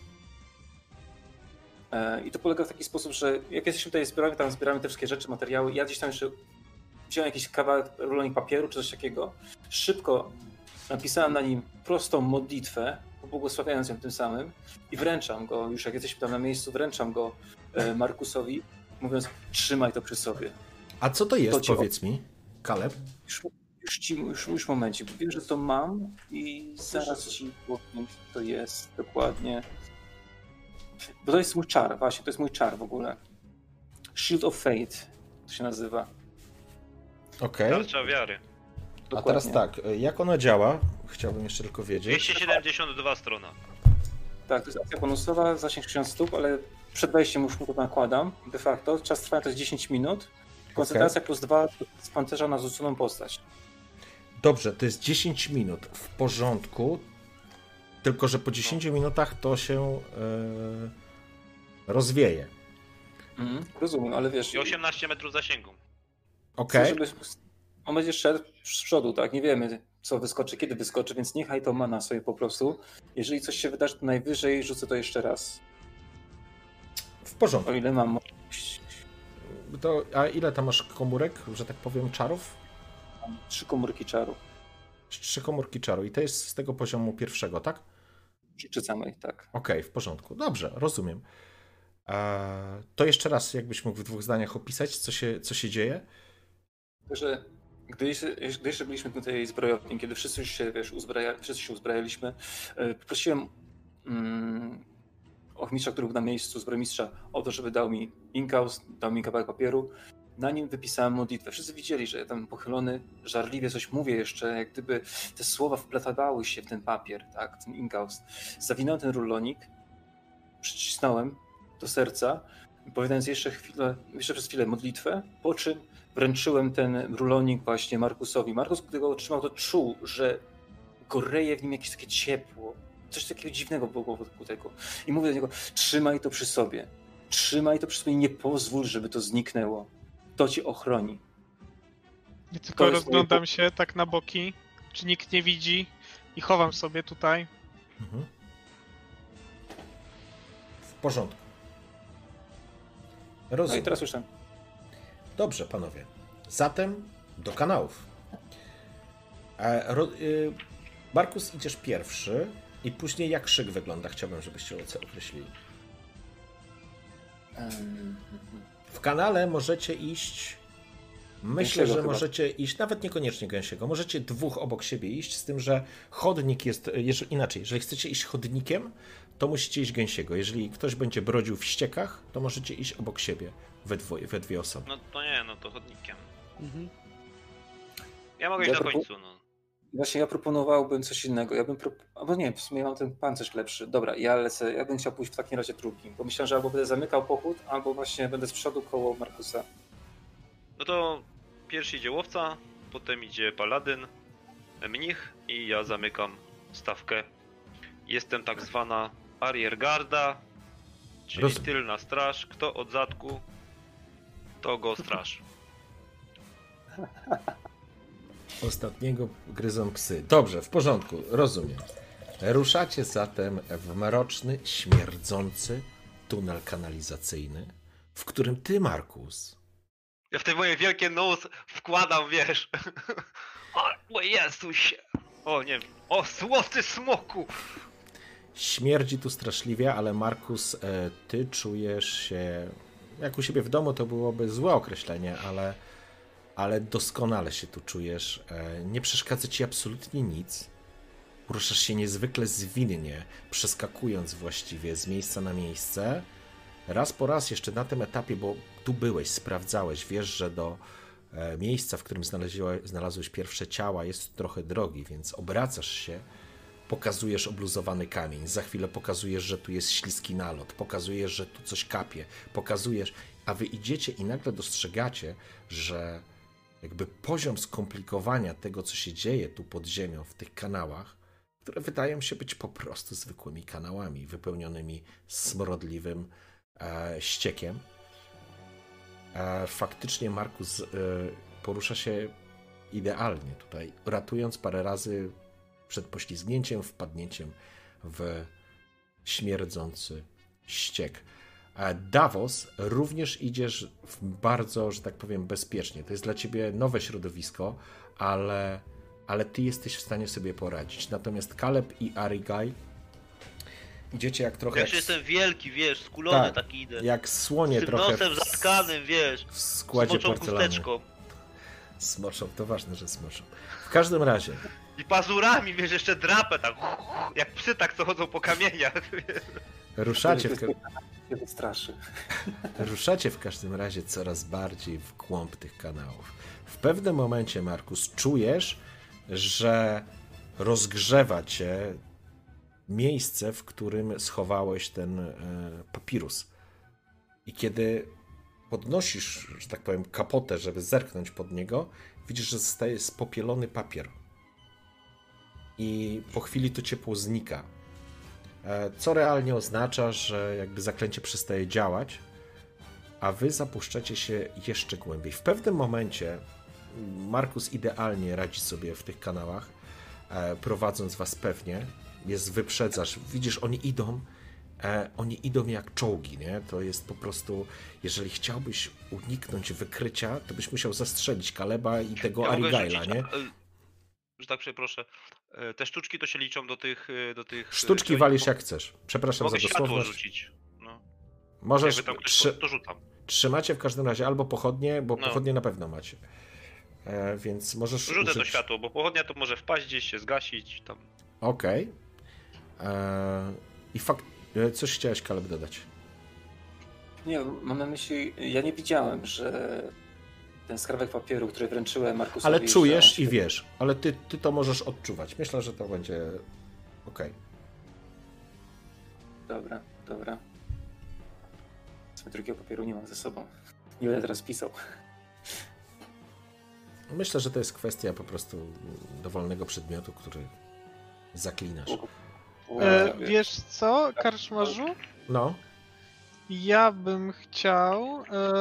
I to polega w taki sposób, że jak jesteśmy tutaj, zbieramy te wszystkie rzeczy, materiały, ja gdzieś tam jeszcze wziąłem jakiś kawałek, rulonik papieru czy coś takiego, szybko napisałem na nim prostą modlitwę, pobłogosławiając ją tym samym i wręczam go, już jak jesteśmy tam na miejscu, wręczam go Markusowi, mówiąc, trzymaj to przy sobie. A co to jest, powiedz mi, Kaleb? Już momencik, wiem, że to mam i zaraz ci powiem, co to jest dokładnie. Bo to jest mój czar, właśnie, to jest mój czar w ogóle. Shield of Fate to się nazywa. Okej. Tarcza wiary. Dokładnie. A teraz tak, jak ona działa? Chciałbym jeszcze tylko wiedzieć. 272 strona. Tak, to jest akcja bonusowa, zasięg 60 stóp, ale przed wejściem już mu to nakładam. De facto czas trwania to jest 10 minut. Koncentracja +2 z pancerza na rzuconą postać. Dobrze, to jest 10 minut. W porządku. Tylko że po 10 minutach to się rozwieje. Rozumiem, ale wiesz... I 18 metrów zasięgu. Okej. On będzie szedł z przodu, tak? Nie wiemy, co wyskoczy, kiedy wyskoczy, więc niechaj to ma na sobie po prostu. Jeżeli coś się wydarzy, to najwyżej rzucę to jeszcze raz. W porządku. O ile mam... A ile tam masz komórek, że tak powiem, czarów? Mam 3 komórki czaru. 3 komórki czaru i to jest z tego poziomu pierwszego, tak? Czy samej, tak. Okej, w porządku. Dobrze, rozumiem. To jeszcze raz, jakbyś mógł w 2 zdaniach opisać, co się dzieje? Także gdy jeszcze byliśmy na tej zbrojowni, kiedy wszyscy już się, uzbrajaliśmy, poprosiłem ochmistrza, który był na miejscu, zbrojmistrza, o to, żeby dał mi inkaus, dał mi kawałek papieru. Na nim wypisałem modlitwę. Wszyscy widzieli, że ja tam pochylony, żarliwie coś mówię jeszcze, jak gdyby te słowa wplatały się w ten papier, tak, ten inkaus. Zawinąłem ten rulonik, przycisnąłem do serca, powiadając jeszcze przez chwilę modlitwę, po czym wręczyłem ten rulonik właśnie Markusowi. Markus, gdy go otrzymał, to czuł, że goreje w nim jakieś takie ciepło. Coś takiego dziwnego było wokół tego. I mówię do niego, trzymaj to przy sobie. Trzymaj to przy sobie i nie pozwól, żeby to zniknęło. To ci ochroni. I tylko rozglądam się tak na boki, czy nikt nie widzi i chowam sobie tutaj. W porządku. Rozumiem. No i teraz już tam. Dobrze, panowie. Zatem do kanałów. Markus, idziesz pierwszy i później jak szyk wygląda? Chciałbym, żebyście określili. W kanale możecie iść Myślę, że możecie iść, nawet niekoniecznie gęsiego, możecie dwóch obok siebie iść, z tym, że chodnik jest, inaczej, jeżeli chcecie iść chodnikiem, to musicie iść gęsiego. Jeżeli ktoś będzie brodził w ściekach, to możecie iść obok siebie, we dwie osoby. No to nie, no to chodnikiem. Ja mogę iść na końcu, no. Właśnie ja proponowałbym coś innego. Albo nie, w sumie mam ten pancerz lepszy. Dobra, ja lecę, ja bym chciał pójść w takim razie drugim, bo myślałem, że albo będę zamykał pochód, albo właśnie będę z przodu koło Markusa. No to pierwszy idzie łowca, potem idzie paladyn, mnich i ja zamykam stawkę. Jestem tak zwana ariergarda, czyli tylna straż. Kto od zadku, to go straż. Ostatniego gryzą psy. Dobrze, w porządku, rozumiem. Ruszacie zatem w mroczny, śmierdzący tunel kanalizacyjny, w którym ty, Markus... Ja w te moje wielkie nos wkładam, wiesz. O Jezusie. O nie wiem. O złoty smoku. Śmierdzi tu straszliwie, ale Markus, ty czujesz się... Jak u siebie w domu to byłoby złe określenie, ale doskonale się tu czujesz. Nie przeszkadza ci absolutnie nic. Ruszasz się niezwykle zwinnie, przeskakując właściwie z miejsca na miejsce. Raz po raz jeszcze na tym etapie, bo tu byłeś, sprawdzałeś, wiesz, że do miejsca, w którym znalazłeś pierwsze ciała, jest trochę drogi, więc obracasz się, pokazujesz obluzowany kamień, za chwilę pokazujesz, że tu jest śliski nalot, pokazujesz, że tu coś kapie, pokazujesz, a wy idziecie i nagle dostrzegacie, że jakby poziom skomplikowania tego, co się dzieje tu pod ziemią, w tych kanałach, które wydają się być po prostu zwykłymi kanałami, wypełnionymi smrodliwym ściekiem. Faktycznie Markus porusza się idealnie tutaj, ratując parę razy przed poślizgnięciem, wpadnięciem w śmierdzący ściek. Davos, również idziesz bardzo, że tak powiem, bezpiecznie. To jest dla ciebie nowe środowisko, ale ty jesteś w stanie sobie poradzić. Natomiast Caleb i Arigai idziecie jak trochę... Ja jestem wielki, wiesz, skulony taki idę. Jak słonie z trochę... Z nosem zatkanym, wiesz. W składzie porcelany. Smoczą, to ważne, że smoczą. W każdym razie... I pazurami, wiesz, jeszcze drapę tak, jak psy tak, co chodzą po kamieniach. Ruszacie w każdym razie coraz bardziej w głąb tych kanałów. W pewnym momencie, Markus, czujesz, że rozgrzewa cię miejsce, w którym schowałeś ten papirus. I kiedy podnosisz, że tak powiem, kapotę, żeby zerknąć pod niego, widzisz, że zostaje spopielony papier. I po chwili to ciepło znika. Co realnie oznacza, że jakby zaklęcie przestaje działać, a wy zapuszczacie się jeszcze głębiej. W pewnym momencie Markus idealnie radzi sobie w tych kanałach, prowadząc was pewnie. Wyprzedzasz, widzisz, oni idą jak czołgi, nie? To jest po prostu, jeżeli chciałbyś uniknąć wykrycia, to byś musiał zastrzelić Caleba i tego Arigaila, nie? Że tak przeproszę, te sztuczki to się liczą do tych... Sztuczki walisz jak chcesz. Przepraszam za dosłowność. Mogę światło rzucić. No. Możesz... Tam to rzucam. Trzymacie w każdym razie albo pochodnie, bo pochodnie na pewno macie. Więc możesz Rzucę użyć... to światło, bo pochodnia to może wpaść gdzieś, się zgasić. Tam. Okej. I coś chciałeś, Caleb, dodać? Nie, mam na myśli, ja nie widziałem, że ten skrawek papieru, który wręczyłem Markusowi... Ale czujesz i wiesz, ale ty to możesz odczuwać. Myślę, że to będzie okej. Dobra. Drugiego papieru nie mam ze sobą. Nie będę teraz pisał. Myślę, że to jest kwestia po prostu dowolnego przedmiotu, który zaklinasz. Wiesz co, karczmarzu? No. Ja bym chciał...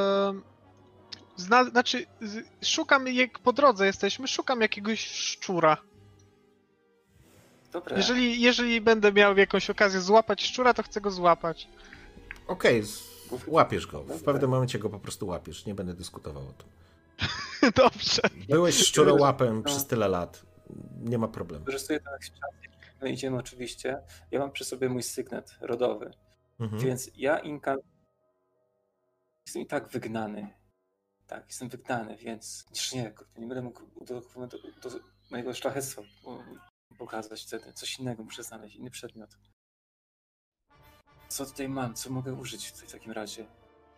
szukam, jak po drodze jesteśmy, szukam jakiegoś szczura. Dobra. Jeżeli będę miał jakąś okazję złapać szczura, to chcę go złapać. Okej, łapiesz go. W pewnym momencie go po prostu łapiesz. Nie będę dyskutował o tym. Dobrze. Byłeś szczurołapem przez tyle lat. Nie ma problemu. Wykorzystuję to na sytuację. Idziemy oczywiście. Ja mam przy sobie mój sygnet rodowy. Więc ja jestem i tak wygnany. Tak, jestem wygnany, więc nie, kurde, nie będę mógł do mojego szlachectwa pokazać wtedy. Coś innego muszę znaleźć, inny przedmiot. Co tutaj mam? Co mogę użyć w takim razie?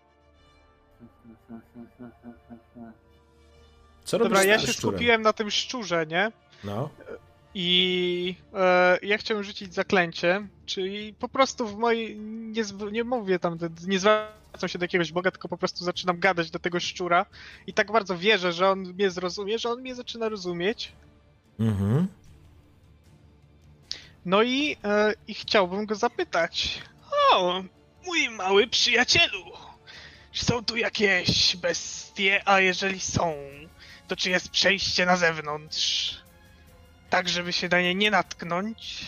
Co robisz? Dobra, ja się skupiłem na tym szczurze, nie? No. I ja chciałem rzucić zaklęcie, czyli po prostu w mojej... Nie mówię tam, nie zwracam się do jakiegoś boga, tylko po prostu zaczynam gadać do tego szczura i tak bardzo wierzę, że on mnie zrozumie, że on mnie zaczyna rozumieć. Mhm. No i chciałbym go zapytać. O, mój mały przyjacielu, czy są tu jakieś bestie, a jeżeli są, to czy jest przejście na zewnątrz? Tak, żeby się na nie nie natknąć?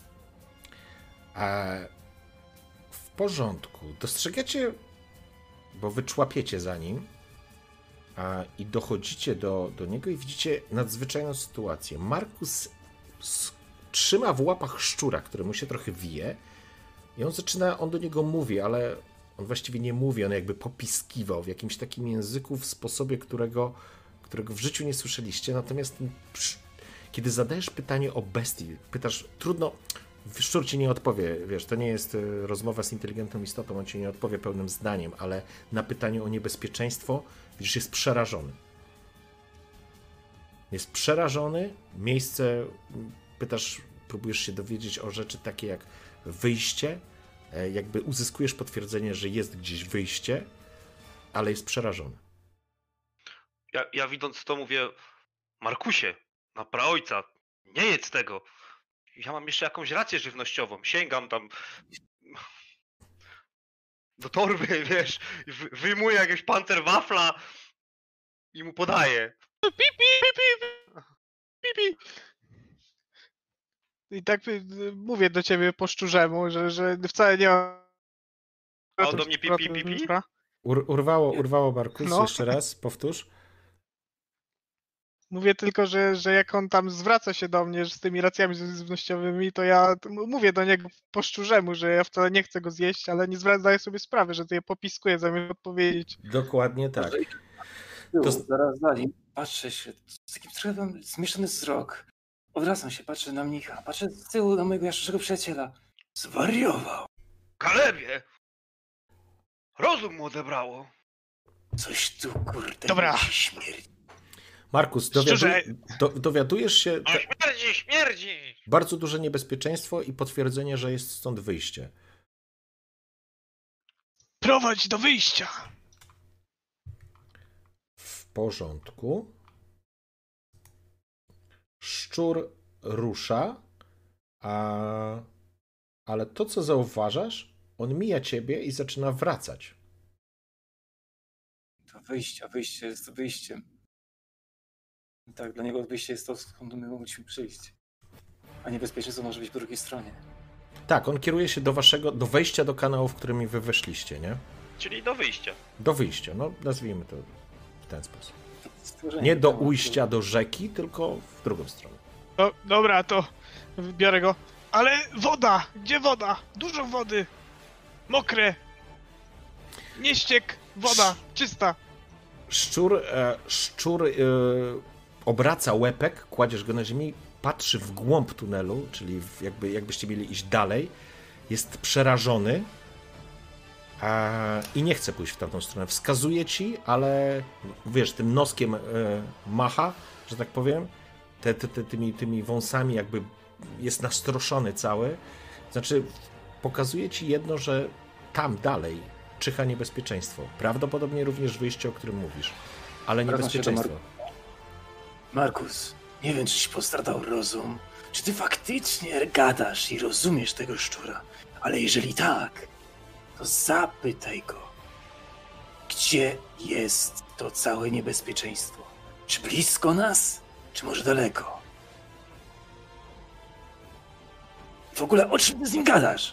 W porządku. Dostrzegacie, bo wyczłapiecie za nim i dochodzicie do niego i widzicie nadzwyczajną sytuację. Markus trzyma w łapach szczura, który mu się trochę wije i on do niego mówi, ale on właściwie nie mówi, on jakby popiskiwał w jakimś takim języku, w sposobie, którego w życiu nie słyszeliście, natomiast kiedy zadajesz pytanie o bestii, pytasz, trudno, szczur ci nie odpowie, wiesz, to nie jest rozmowa z inteligentną istotą, on ci nie odpowie pełnym zdaniem, ale na pytanie o niebezpieczeństwo, widzisz, jest przerażony. Jest przerażony, miejsce, pytasz, próbujesz się dowiedzieć o rzeczy takie jak wyjście, jakby uzyskujesz potwierdzenie, że jest gdzieś wyjście, ale jest przerażony. Ja widząc to mówię, Markusie, na praojca, nie jedz tego. Ja mam jeszcze jakąś rację żywnościową. Sięgam tam do torby, wiesz, wyjmuję jakiegoś pancerwafla i mu podaję. Pipi. I tak mówię do ciebie po szczurzemu, że wcale nie ma... A on do mnie pipi? Urwało Markus, No. jeszcze raz, powtórz. Mówię tylko, że jak on tam zwraca się do mnie z tymi racjami żywnościowymi, to ja mówię do niego po szczurzemu, że ja wcale nie chcę go zjeść, ale nie zdaję sobie sprawy, że to je popiskuję zamiast odpowiedzieć. Dokładnie tak. Zaraz za nim patrzę się, z takim trochę mam zmieszany wzrok. Odwracam się, patrzę na mnicha, patrzę z tyłu na mojego starszego przyjaciela. Zwariował. Kalebie! Rozum mu odebrało. Coś tu, kurde, Dobra. śmierdzi. Markus, dowiadujesz się... Śmierdzi! Bardzo duże niebezpieczeństwo i potwierdzenie, że jest stąd wyjście. Prowadź do wyjścia! W porządku. Szczur rusza, ale to, co zauważasz, on mija ciebie i zaczyna wracać. To wyjście jest wyjściem. Tak, dla niego wyjście jest to, skąd my mogliśmy przyjść. A niebezpieczeństwo może być po drugiej stronie. Tak, on kieruje się do wejścia do kanału, w którym wy weszliście, nie? Czyli do wyjścia. Do wyjścia, no nazwijmy to w ten sposób. Nie do ujścia do rzeki, tylko w drugą stronę. No, dobra, to biorę go. Ale woda! Gdzie woda? Dużo wody! Mokre! Nie ściek! Woda! Czysta! Szczur obraca łepek, kładziesz go na ziemi, patrzy w głąb tunelu, czyli jakbyście mieli iść dalej, jest przerażony i nie chce pójść w tamtą stronę. Wskazuje ci, ale wiesz, tym noskiem macha, że tak powiem, tymi wąsami jakby jest nastroszony cały. Znaczy, pokazuje ci jedno, że tam dalej czyha niebezpieczeństwo. Prawdopodobnie również wyjście, o którym mówisz, ale niebezpieczeństwo. Markus, nie wiem, czy ci postradał rozum, czy ty faktycznie gadasz i rozumiesz tego szczura, ale jeżeli tak, to zapytaj go, gdzie jest to całe niebezpieczeństwo? Czy blisko nas, czy może daleko? W ogóle o czym ty z nim gadasz?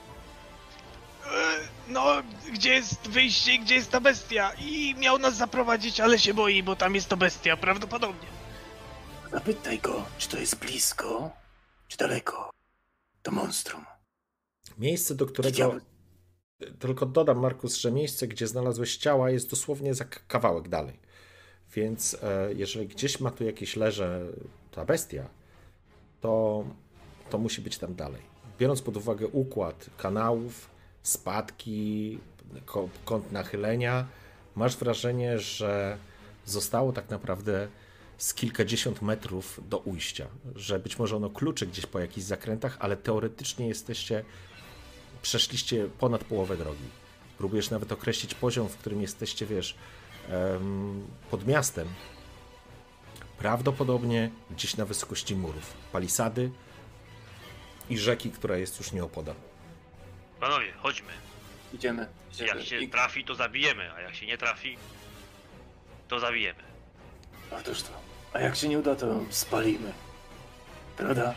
No, gdzie jest wyjście i gdzie jest ta bestia? I miał nas zaprowadzić, ale się boi, bo tam jest to bestia, prawdopodobnie. Zapytaj go, czy to jest blisko, czy daleko. To monstrum. Miejsce, do którego Tylko dodam, Markus, że miejsce, gdzie znalazłeś ciała, jest dosłownie za kawałek dalej. Więc jeżeli gdzieś ma tu jakieś leże ta bestia, to musi być tam dalej. Biorąc pod uwagę układ kanałów, spadki, kąt nachylenia, masz wrażenie, że zostało tak naprawdę z kilkadziesiąt metrów do ujścia. Że być może ono kluczy gdzieś po jakichś zakrętach, ale teoretycznie przeszliście ponad połowę drogi. Próbujesz nawet określić poziom, w którym jesteście, wiesz, pod miastem. Prawdopodobnie gdzieś na wysokości murów, palisady i rzeki, która jest już nieopodal. Panowie, chodźmy. Idziemy. Jak się trafi, to zabijemy, a jak się nie trafi, to zabijemy. Otóż to. A jak się nie uda, to spalimy. Prawda?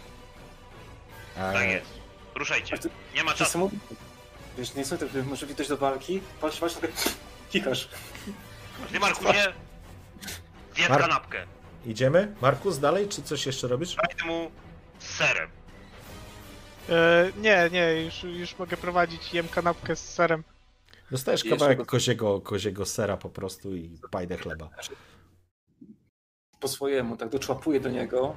Tak jest. Ruszajcie. Nie ma czasu. Wiesz, nie są tak, może dojść do walki? Patrz, tak kichasz. Ty, Markusie, zjedz kanapkę. Idziemy? Markus, dalej, czy coś jeszcze robisz? Daj mu z serem. Nie, już mogę prowadzić, jem kanapkę z serem. Dostajesz kawałek koziego sera po prostu i pajdę chleba. Po swojemu, tak doczłapuję do niego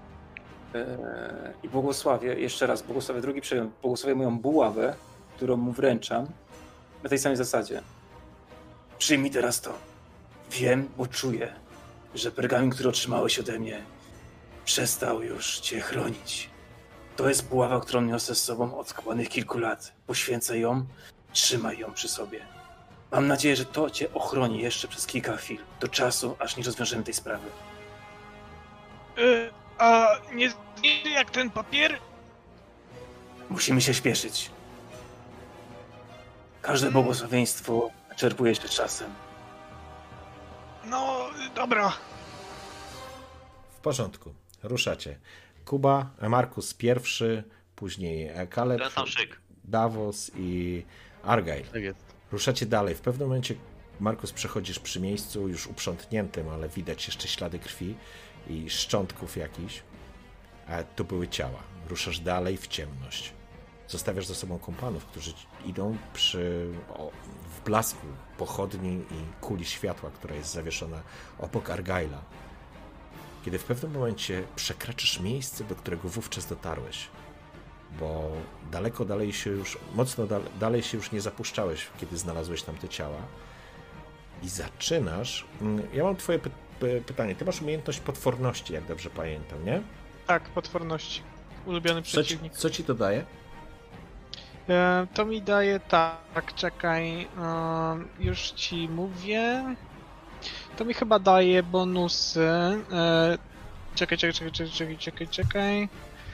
i błogosławię, jeszcze raz, błogosławię drugi przejął, błogosławię moją buławę, którą mu wręczam, na tej samej zasadzie. Przyjmij teraz to. Wiem, bo czuję, że pergamin, który otrzymałeś ode mnie, przestał już cię chronić. To jest buława, którą niosę z sobą od skłanych kilku lat. Poświęcę ją, trzymaj ją przy sobie. Mam nadzieję, że to cię ochroni jeszcze przez kilka chwil, do czasu, aż nie rozwiążemy tej sprawy. A nie zniszczy jak ten papier? Musimy się śpieszyć. Każde błogosławieństwo czerpuje się czasem. No, dobra. W porządku. Ruszacie. Kuba, Markus pierwszy, później Caleb, Davos i Argyle. Tak jest. Ruszacie dalej. W pewnym momencie, Markus, przechodzisz przy miejscu już uprzątniętym, ale widać jeszcze ślady krwi i szczątków jakichś. A to były ciała. Ruszasz dalej w ciemność. Zostawiasz za sobą kompanów, którzy idą w blasku pochodni i kuli światła, która jest zawieszona obok Argyla. Kiedy w pewnym momencie przekraczasz miejsce, do którego wówczas dotarłeś, bo daleko dalej się już, mocno dalej się już nie zapuszczałeś, kiedy znalazłeś tam te ciała i zaczynasz... Ja mam twoje pytanie. Ty masz umiejętność potworności, jak dobrze pamiętam, nie? Tak, potworności. Ulubiony przeciwnik. Co ci to daje? To mi daje tak, czekaj, już ci mówię. To mi chyba daje bonusy. Czekaj.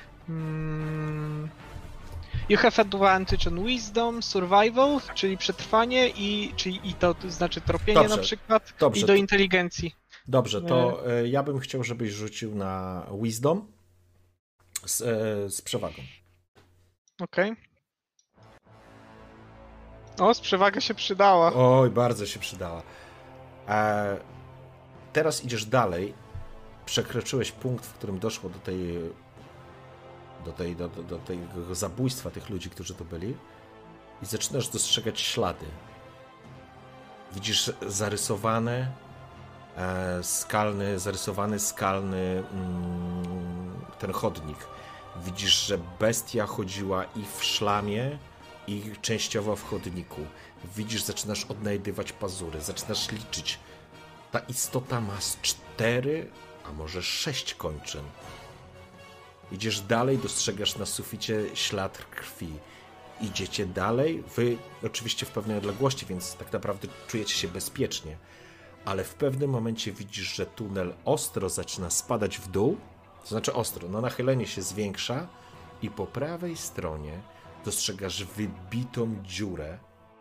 You have advantage on wisdom, survival, czyli przetrwanie i to znaczy tropienie na przykład. Dobrze, i do inteligencji. Dobrze, to ja bym chciał, żebyś rzucił na wisdom z przewagą. Okej. O, z przewagą się przydała. Oj, bardzo się przydała. Teraz idziesz dalej. Przekroczyłeś punkt, w którym doszło do tego zabójstwa tych ludzi, którzy tu byli, i zaczynasz dostrzegać ślady. Widzisz zarysowany skalny ten chodnik. Widzisz, że bestia chodziła i w szlamie, i częściowo w chodniku. Widzisz, zaczynasz odnajdywać pazury, zaczynasz liczyć. Ta istota ma 4, a może 6 kończyn. Idziesz dalej, dostrzegasz na suficie ślad krwi. Idziecie dalej, wy oczywiście w pewnej odległości, więc tak naprawdę czujecie się bezpiecznie. Ale w pewnym momencie widzisz, że tunel ostro zaczyna spadać w dół. To znaczy ostro, nachylenie się zwiększa i po prawej stronie dostrzegasz wybitą dziurę,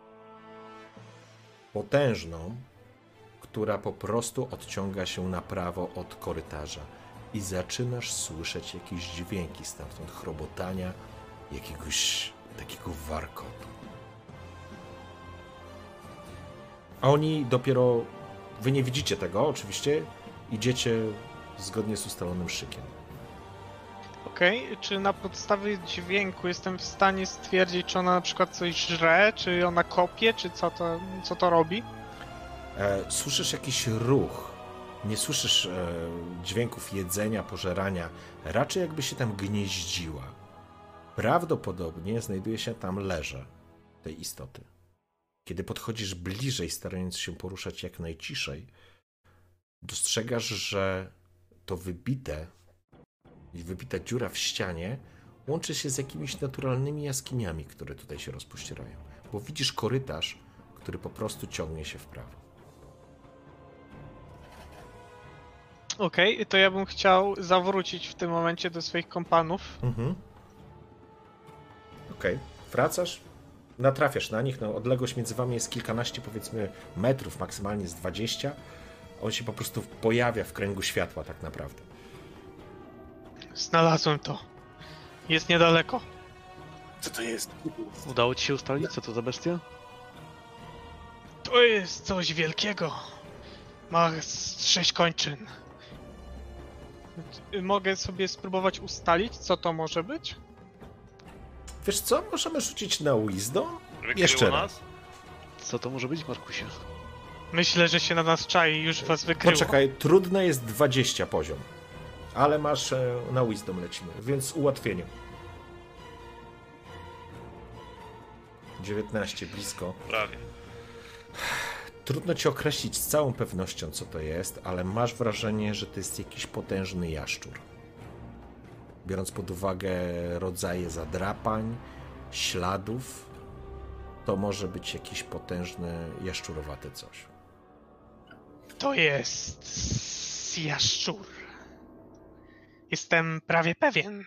potężną, która po prostu odciąga się na prawo od korytarza i zaczynasz słyszeć jakieś dźwięki stamtąd, chrobotania, jakiegoś takiego warkotu. A oni dopiero, wy nie widzicie tego oczywiście, idziecie zgodnie z ustalonym szykiem. Okej, czy na podstawie dźwięku jestem w stanie stwierdzić, czy ona na przykład coś żre, czy ona kopie, czy co to robi? Słyszysz jakiś ruch. Nie słyszysz dźwięków jedzenia, pożerania. Raczej jakby się tam gnieździła. Prawdopodobnie znajduje się tam leże tej istoty. Kiedy podchodzisz bliżej, starając się poruszać jak najciszej, dostrzegasz, że to wybita dziura w ścianie łączy się z jakimiś naturalnymi jaskiniami, które tutaj się rozpościerają. Bo widzisz korytarz, który po prostu ciągnie się w prawo. Okej, to ja bym chciał zawrócić w tym momencie do swoich kompanów. Okej. Wracasz, natrafiasz na nich, no odległość między wami jest kilkanaście, powiedzmy, metrów, maksymalnie z 20. On się po prostu pojawia w kręgu światła tak naprawdę. Znalazłem to. Jest niedaleko. Co to jest? Udało ci się ustalić, co to za bestia? To jest coś wielkiego. Ma 6 kończyn. Mogę sobie spróbować ustalić, co to może być? Wiesz co? Możemy rzucić na Wisdom? Wykryło Jeszcze nas? raz. Co to może być, Markusie? Myślę, że się na nas czai i już was wykryło. Poczekaj, trudne jest 20 poziom. Ale masz na Wisdom lecimy, więc ułatwienie. 19, blisko. Prawie. Trudno ci określić z całą pewnością, co to jest, ale masz wrażenie, że to jest jakiś potężny jaszczur. Biorąc pod uwagę rodzaje zadrapań, śladów, to może być jakieś potężne, jaszczurowate coś. To jest jaszczur. Jestem prawie pewien.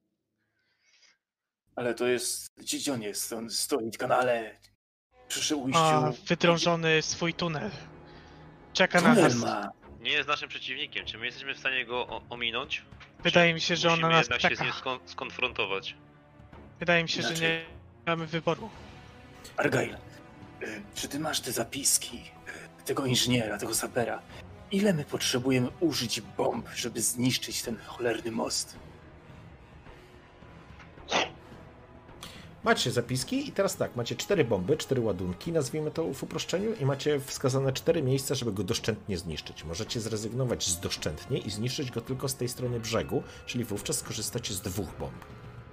Ale to jest... Gdzie on jest? On stoi w kanale. Przy ujściu. Ma wydrążony swój tunel. Czeka na Tunel nas. ma. Nie jest naszym przeciwnikiem. Czy my jesteśmy w stanie go ominąć? Wydaje mi się, że on na Musimy nas jednak się z czeka. nim skonfrontować. Wydaje mi się, że Inaczej. nie mamy wyboru. Argyle, czy ty masz te zapiski tego inżyniera, tego sapera? Ile my potrzebujemy użyć bomb, żeby zniszczyć ten cholerny most? Macie zapiski i teraz tak, macie 4 bomby, 4 ładunki, nazwijmy to w uproszczeniu, i macie wskazane 4 miejsca, żeby go doszczętnie zniszczyć. Możecie zrezygnować z doszczętnie i zniszczyć go tylko z tej strony brzegu, czyli wówczas skorzystacie z 2 bomb.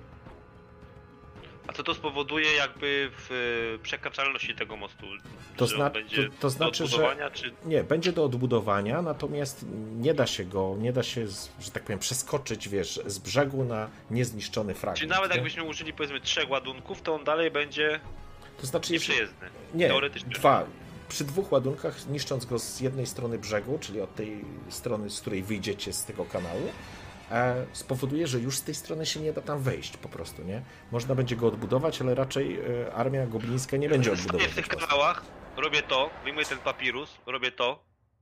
A co to spowoduje jakby w przekraczalności tego mostu? To, Że on będzie to znaczy, do odbudowania, czy... Nie, będzie do odbudowania, natomiast nie da się, że tak powiem, przeskoczyć, wiesz, z brzegu na niezniszczony fragment. Czyli nawet nie? jakbyśmy użyli, powiedzmy, 3 ładunków, to on dalej będzie To znaczy, nieprzejezdny. nie, Teoretycznie. 2. Przy 2 ładunkach, niszcząc go z jednej strony brzegu, czyli od tej strony, z której wyjdziecie z tego kanału, spowoduje, że już z tej strony się nie da tam wejść po prostu, nie? Można będzie go odbudować, ale raczej armia goblińska nie będzie Stoję odbudować. w tych kanałach, robię to, wyjmuję ten papirus, robię to.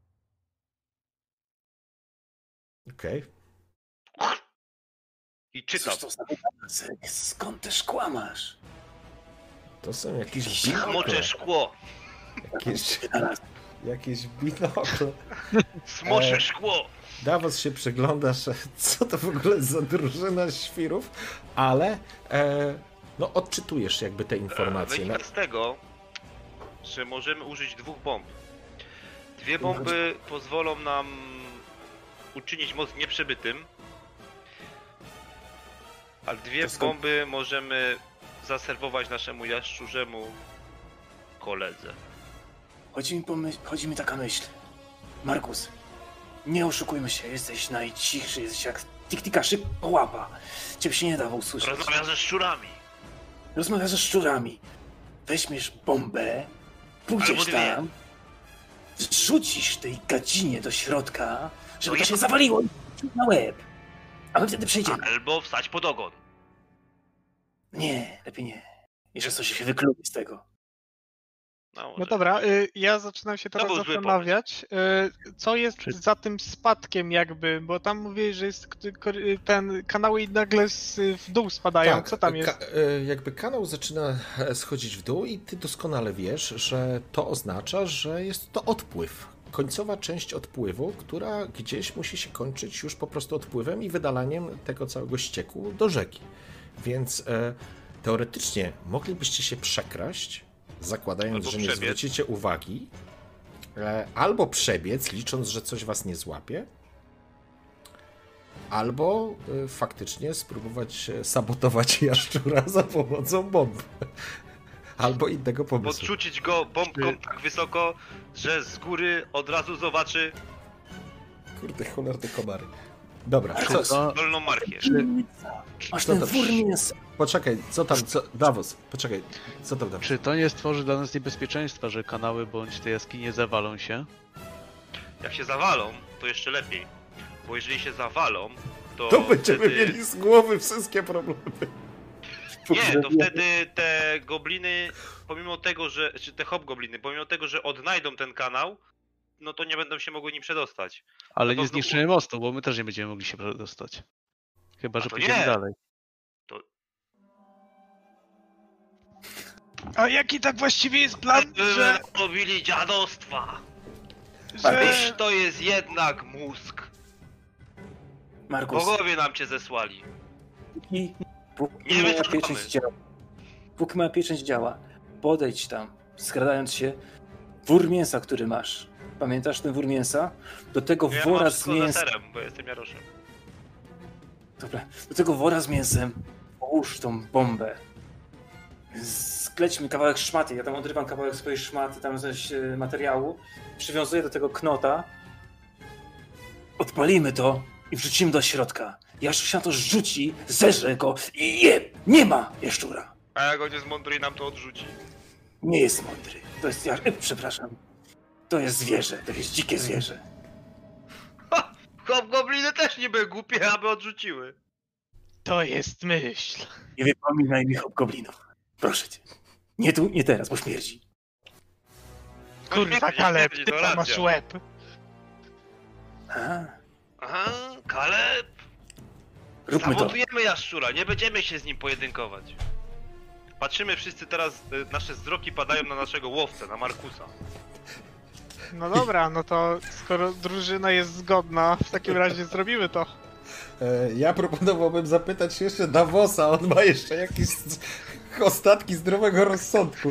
Okej. I czytam. Cóż to za wynalazek? Skąd też kłamasz? To są jakieś Moczę binokle. szkło. Jakieś binokle. Smoczę szkło. Davos się przyglądasz, co to w ogóle za drużyna świrów, ale no odczytujesz jakby te informacje. Wynika z tego, że możemy użyć 2 bomb. 2 bomby pozwolą nam uczynić most nieprzebytym, a 2 bomby możemy zaserwować naszemu jaszczurzemu koledze. Chodzi mi taka myśl. Markus, nie oszukujmy się, jesteś najcichszy, jesteś jak tik-tika, szybko łapa. Ciebie się nie da usłyszeć. Rozmawiam ze szczurami. Rozmawiasz ze szczurami. Weźmiesz bombę, pójdziesz tam, zrzucisz tej gadzinie do środka, żeby to się zawaliło i na łeb. A my wtedy przejdziemy. Albo wstać pod ogon. Nie, lepiej nie. Jeszcze coś się wyklubi z tego. No dobra, ja zaczynam się teraz był zły zastanawiać, co jest za tym spadkiem jakby, bo tam mówiłeś, że jest ten kanały i nagle w dół spadają, Tak, co tam jest? Jakby kanał zaczyna schodzić w dół i ty doskonale wiesz, że to oznacza, że jest to odpływ końcowa część odpływu, która gdzieś musi się kończyć już po prostu odpływem i wydalaniem tego całego ścieku do rzeki. Więc teoretycznie moglibyście się przekraść, zakładając, że nie zwrócicie uwagi, albo przebiec, licząc, że coś was nie złapie, albo faktycznie spróbować sabotować jaszczura za pomocą bomb. Albo innego pomysłu. Podrzucić go bombką tak wysoko, że z góry od razu zobaczy... Kurde, cholerne komary. Dobra, Dolną marchię. Masz ten wór mięsa. Poczekaj, Davos, poczekaj, co tam Davos? Czy to nie stworzy dla nas niebezpieczeństwa, że kanały bądź te jaskinie zawalą się? Jak się zawalą, to jeszcze lepiej. Bo jeżeli się zawalą, to będziemy mieli z głowy wszystkie problemy. Nie, to wtedy te gobliny, pomimo tego, że... Czy te hobgobliny, pomimo tego, że odnajdą ten kanał, no to nie będą się mogły nim przedostać. Ale no nie zniszczymy mostu, bo my też nie będziemy mogli się przedostać. Chyba, że pójdziemy dalej. A jaki tak właściwie jest plan, że... robili dziadostwa! że... To jest jednak mózg. Markus. Bogowie nam cię zesłali. Póki moja pieczęć działa, podejdź tam, skradając się, wór mięsa, który masz. Pamiętasz ten wór mięsa? Do tego wora z mięsem... serem, bo jestem Jaroszem. Dobra, do tego wora z mięsem połóż tą bombę. Sklećmy kawałek szmaty, ja tam odrywam kawałek swojej szmaty, tam coś materiału, przywiązuję do tego knota, odpalimy to i wrzucimy do środka. Jaszczur się na to rzuci, zeżre go i nie ma jaszczura. A jak on jest mądry i nam to odrzuci? Nie jest mądry, to jest przepraszam. To jest zwierzę, to jest dzikie zwierzę. Ha! Hobgobliny też nie były głupie, aby odrzuciły. To jest myśl. Nie wypominaj mi hobgoblinów. Proszę cię. Nie tu, nie teraz, bo śmierdzi. Kurwa, Kaleb, ty tam masz łeb. Aha, Kaleb. Róbmy to. Zawodujemy jaszczura, nie będziemy się z nim pojedynkować. Patrzymy wszyscy teraz, nasze wzroki padają na naszego łowcę, na Markusa. No dobra, no to skoro drużyna jest zgodna, w takim razie zrobimy to. Ja proponowałbym zapytać jeszcze Davosa, on ma jeszcze jakieś ostatki zdrowego rozsądku.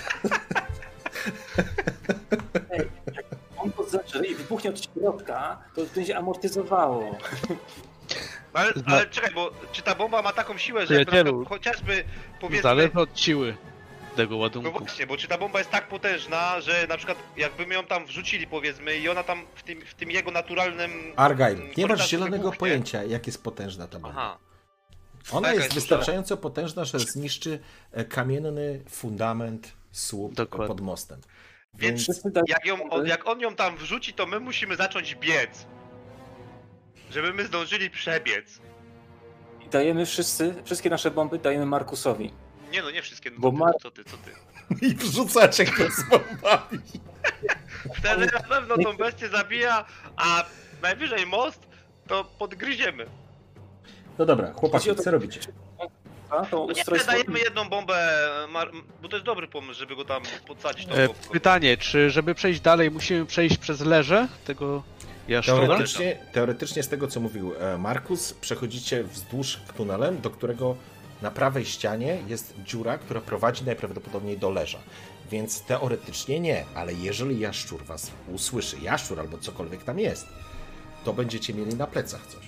Jak on to zacznie i wybuchnie od środka, to będzie amortyzowało. Ale czekaj, bo czy ta bomba ma taką siłę, że chociażby powiedzmy... Zależy od siły tego ładunku. No właśnie, bo czy ta bomba jest tak potężna, że na przykład jakby ją tam wrzucili powiedzmy i ona tam w tym jego naturalnym... Argyle, nie masz zielonego pojęcia, jak jest potężna ta bomba. Aha. Ona jest wystarczająco potężna, że zniszczy kamienny fundament, słup pod mostem. Więc jak on ją tam wrzuci, to my musimy zacząć biec. Żeby my zdążyli przebiec. I dajemy wszystkie nasze bomby dajemy Markusowi. Nie no, nie wszystkie, no bo co ty. I wrzucacie go z bombami. Wtedy na pewno tą bestię zabija, a najwyżej most to podgryziemy. No dobra, chłopaki, co robicie? Nie, dajemy jedną bombę, bo to jest dobry pomysł, żeby go tam podsadzić. Pytanie, czy żeby przejść dalej musimy przejść przez leże tego jaszczura? Teoretycznie z tego co mówił Markus, przechodzicie wzdłuż tunelem, do którego na prawej ścianie jest dziura, która prowadzi najprawdopodobniej do leża. Więc teoretycznie nie, ale jeżeli jaszczur was usłyszy, jaszczur albo cokolwiek tam jest, to będziecie mieli na plecach coś.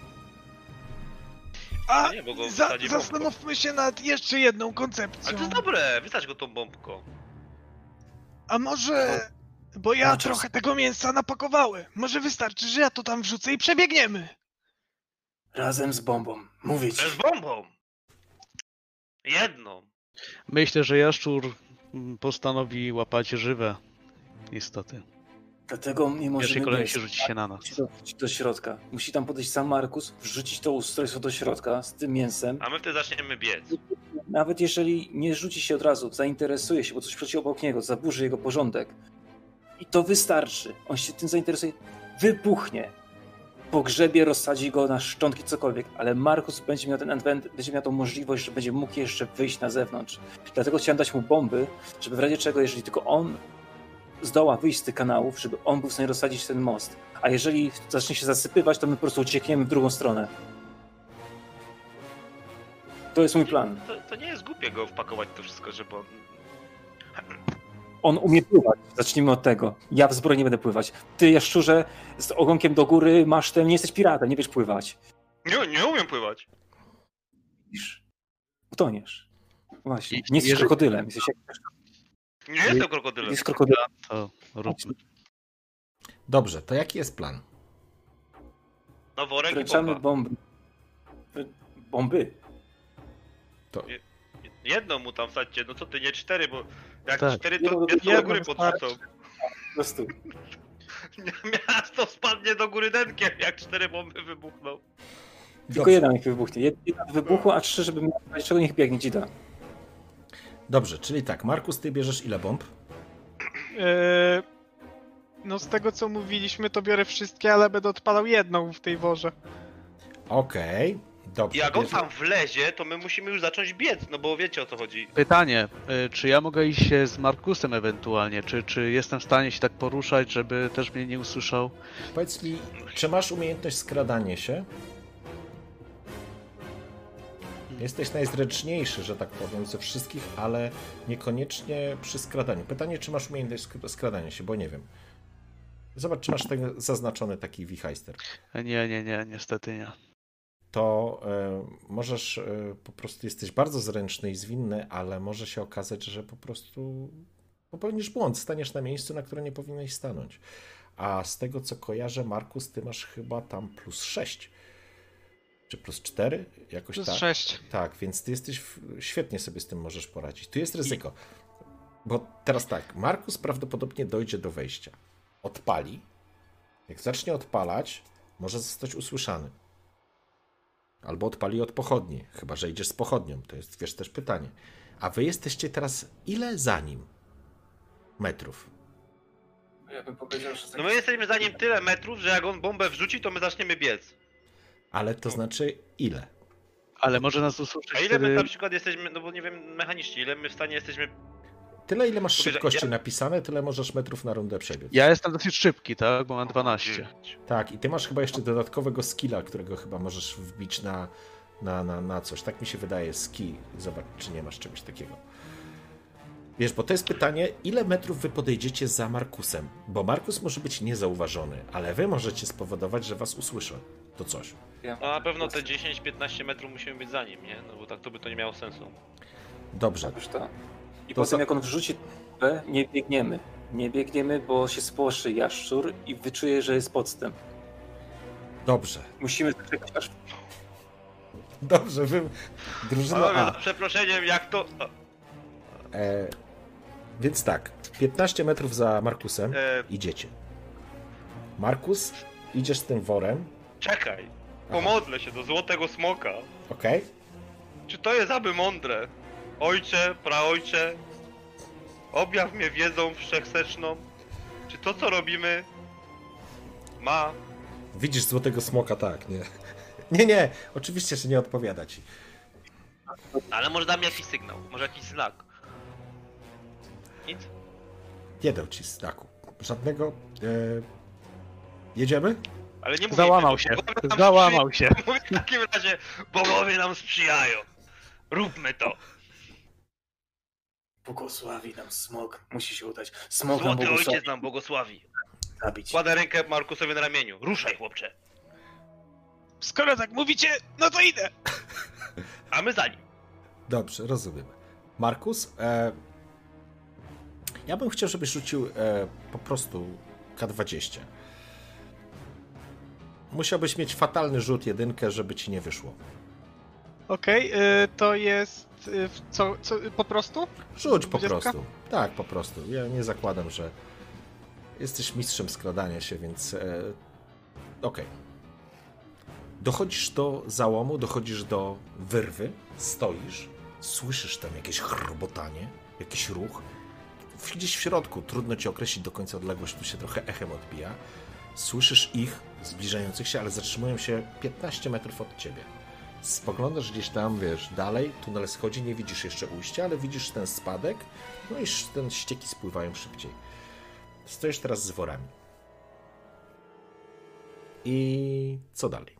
A nie, zastanówmy się nad jeszcze jedną koncepcją. Ale to jest dobre, wystarcz go tą bombką. A może... Bo ja trochę tego mięsa napakowałem. Może wystarczy, że ja to tam wrzucę i przebiegniemy. Razem z bombą, mówię ci. Z bombą! Jedną. Myślę, że jaszczur postanowi łapać żywe istoty. Dlatego nie możemy... W pierwszej kolejności rzuci się na nas. Do środka. Musi tam podejść sam Markus, wrzucić to ustrojstwo do środka z tym mięsem. A my wtedy zaczniemy biec. Nawet jeżeli nie rzuci się od razu, zainteresuje się, bo coś przeci obok niego, zaburzy jego porządek. I to wystarczy. On się tym zainteresuje. Wybuchnie. Pogrzebie, rozsadzi go na szczątki, cokolwiek. Ale Markus będzie miał ten advent, będzie miał tą możliwość, że będzie mógł jeszcze wyjść na zewnątrz. Dlatego chciałem dać mu bomby, żeby w razie czego, jeżeli tylko on zdoła wyjść z tych kanałów, żeby on był w stanie rozsadzić ten most. A jeżeli zacznie się zasypywać, to my po prostu uciekniemy w drugą stronę. To jest mój plan. To nie jest głupie go wpakować to wszystko, żeby on... On umie pływać. Zacznijmy od tego. Ja w zbroi nie będę pływać. Ty, jaszczurze, z ogonkiem do góry, masztem, nie jesteś piratem, nie wiesz pływać. Nie umiem pływać. Widzisz? Utoniesz. Właśnie. I Nie jesteś jeżeli- krokodylem. Jesteś jak... Nie jestem krokodylem. Jesteś krokodylem. To róbmy. Dobrze, to jaki jest plan? No worek i Wręczamy bomba. bomby. Bomby. Jedną mu tam wsadźcie, no co ty, nie 4, bo jak Tak. 4 Jedno to do miasto do góry wystarczy. podrzucą. Po prostu. Miasto spadnie do góry denkiem, jak 4 bomby wybuchną. Tylko Dobrze. jeden niech wybuchnie. Jeden wybuchł, a 3, żeby miał czego niech biegnie dzida. Dobrze, czyli tak, Markus, ty bierzesz ile bomb? No z tego co mówiliśmy, to biorę wszystkie, ale będę odpalał jedną w tej worze. Okej, dobrze. I jak on bierze- tam wlezie, to my musimy już zacząć biec, no bo wiecie o co chodzi. Pytanie, czy ja mogę iść się z Markusem ewentualnie? Czy jestem w stanie się tak poruszać, żeby też mnie nie usłyszał? Powiedz mi, czy masz umiejętność skradania się? Jesteś najzręczniejszy, że tak powiem, ze wszystkich, ale niekoniecznie przy skradaniu. Pytanie, czy masz umiejętność skradania się, bo nie wiem. Zobacz, czy masz ten zaznaczony taki wichajster. Nie, niestety nie. To możesz, po prostu jesteś bardzo zręczny i zwinny, ale może się okazać, że po prostu popełnisz błąd, staniesz na miejscu, na które nie powinieneś stanąć. A z tego, co kojarzę, Markus, ty masz chyba tam plus 6. Czy plus 4? Jakoś Plus tak. 6. Tak, więc ty jesteś, świetnie sobie z tym możesz poradzić. Tu jest ryzyko. Bo teraz tak, Markus prawdopodobnie dojdzie do wejścia. Odpali. Jak zacznie odpalać, może zostać usłyszany. Albo odpali od pochodni, chyba że idziesz z pochodnią. To jest, wiesz, też pytanie. A wy jesteście teraz ile za nim? Metrów. Ja bym powiedział, że... No my jesteśmy za nim tyle metrów, że jak on bombę wrzuci, to my zaczniemy biec. Ale to znaczy ile? Ale może nas usłyszeć A ile my wtedy... na przykład jesteśmy, no bo nie wiem mechanicznie, ile my w stanie jesteśmy... Tyle, ile masz Powiedział- szybkości napisane, tyle możesz metrów na rundę przebiec. Ja jestem dosyć szybki, tak? Bo mam 12. Tak, i ty masz chyba jeszcze dodatkowego skilla, którego chyba możesz wbić na coś. Tak mi się wydaje, skill. Zobacz, czy nie masz czegoś takiego. Wiesz, bo to jest pytanie, ile metrów wy podejdziecie za Markusem? Bo Markus może być niezauważony, ale wy możecie spowodować, że was usłyszą. To coś. No na pewno te 10-15 metrów musimy być za nim, nie? No bo tak to by to nie miało sensu. Dobrze. Otóż to. I To potem za- jak on wrzuci bombę, nie biegniemy. Nie biegniemy, bo się spłoszy jaszczur i wyczuje, że jest podstęp. Dobrze. Musimy zaczekać aż... Dobrze, wy... Drużyna Panowie, A. za przeproszeniem, jak to... Więc tak, 15 metrów za Markusem E, idziecie. Markus, idziesz z tym worem, czekaj, pomodlę się do złotego smoka. okej? Czy to jest aby mądre? Ojcze, praojcze, objaw mnie wiedzą wszechseczną. Czy to, co robimy, ma... Widzisz złotego smoka, tak, nie? Nie, oczywiście, że nie odpowiada ci. Ale może da mi jakiś sygnał, może jakiś znak. Nic? Nie dał ci znaku. Żadnego. Jedziemy? Ale nie mówię, Załamał że się. bogowie nam Załamał się. Mówię w takim razie, bogowie nam sprzyjają. Róbmy to. Błogosławi nam smok. Musi się udać. Smok nam Złoty błogosławi ojciec nam błogosławi. zabić. Kładę rękę Markusowi na ramieniu. Ruszaj, chłopcze. Skoro tak mówicie, no to idę! A my za nim. Dobrze, rozumiem. Markus, ja bym chciał, żebyś rzucił po prostu K20. Musiałbyś mieć fatalny rzut, jedynkę, żeby ci nie wyszło. Okej, to jest... co, po prostu? Rzuć po 20? prostu. Tak, po prostu. Ja nie zakładam, że jesteś mistrzem skradania się, więc okej. Dochodzisz do załomu, dochodzisz do wyrwy, stoisz, słyszysz tam jakieś chrbotanie, jakiś ruch. Gdzieś w środku, trudno ci określić do końca odległość, tu się trochę echem odbija. Słyszysz ich zbliżających się, ale zatrzymują się 15 metrów od ciebie. Spoglądasz gdzieś tam, wiesz, dalej, tunel schodzi, nie widzisz jeszcze ujścia, ale widzisz ten spadek, no i ten ścieki spływają szybciej. Stoisz teraz z worami. I co dalej?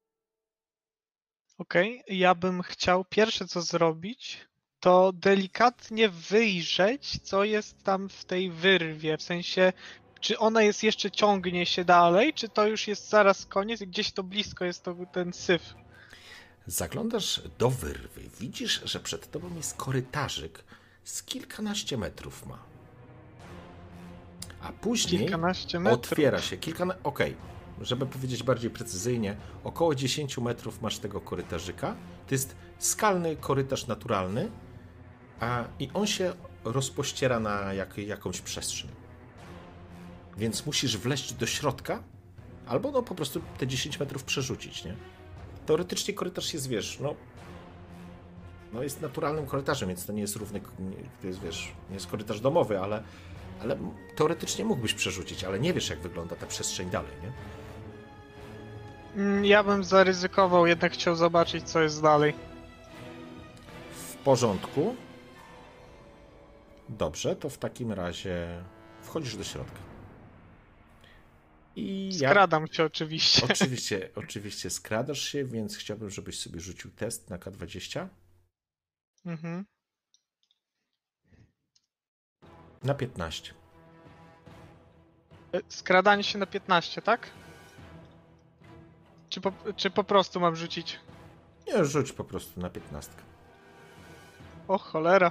Okej, ja bym chciał pierwsze co zrobić, to delikatnie wyjrzeć, co jest tam w tej wyrwie, w sensie, czy ona jest jeszcze ciągnie się dalej, czy to już jest zaraz koniec i gdzieś to blisko jest ten syf. Zaglądasz do wyrwy. Widzisz, że przed tobą jest korytarzyk z kilkanaście metrów ma. A później Kilkanaście metrów. otwiera się Okej, żeby powiedzieć bardziej precyzyjnie, około 10 metrów masz tego korytarzyka. To jest skalny korytarz naturalny, i on się rozpościera na jakąś przestrzeń. Więc musisz wleźć do środka, albo po prostu te 10 metrów przerzucić, nie? Teoretycznie korytarz jest, jest naturalnym korytarzem, więc to nie jest równy, to jest, nie jest korytarz domowy, ale teoretycznie mógłbyś przerzucić, ale nie wiesz, jak wygląda ta przestrzeń dalej, nie? Ja bym zaryzykował, jednak chciał zobaczyć, co jest dalej. W porządku. Dobrze, to w takim razie wchodzisz do środka. I Skradam się oczywiście. Oczywiście skradasz się, więc chciałbym, żebyś sobie rzucił test na K20. Mhm. Na 15. Skradanie się na 15, tak? Czy po prostu mam rzucić? Nie, rzuć po prostu na 15. O cholera.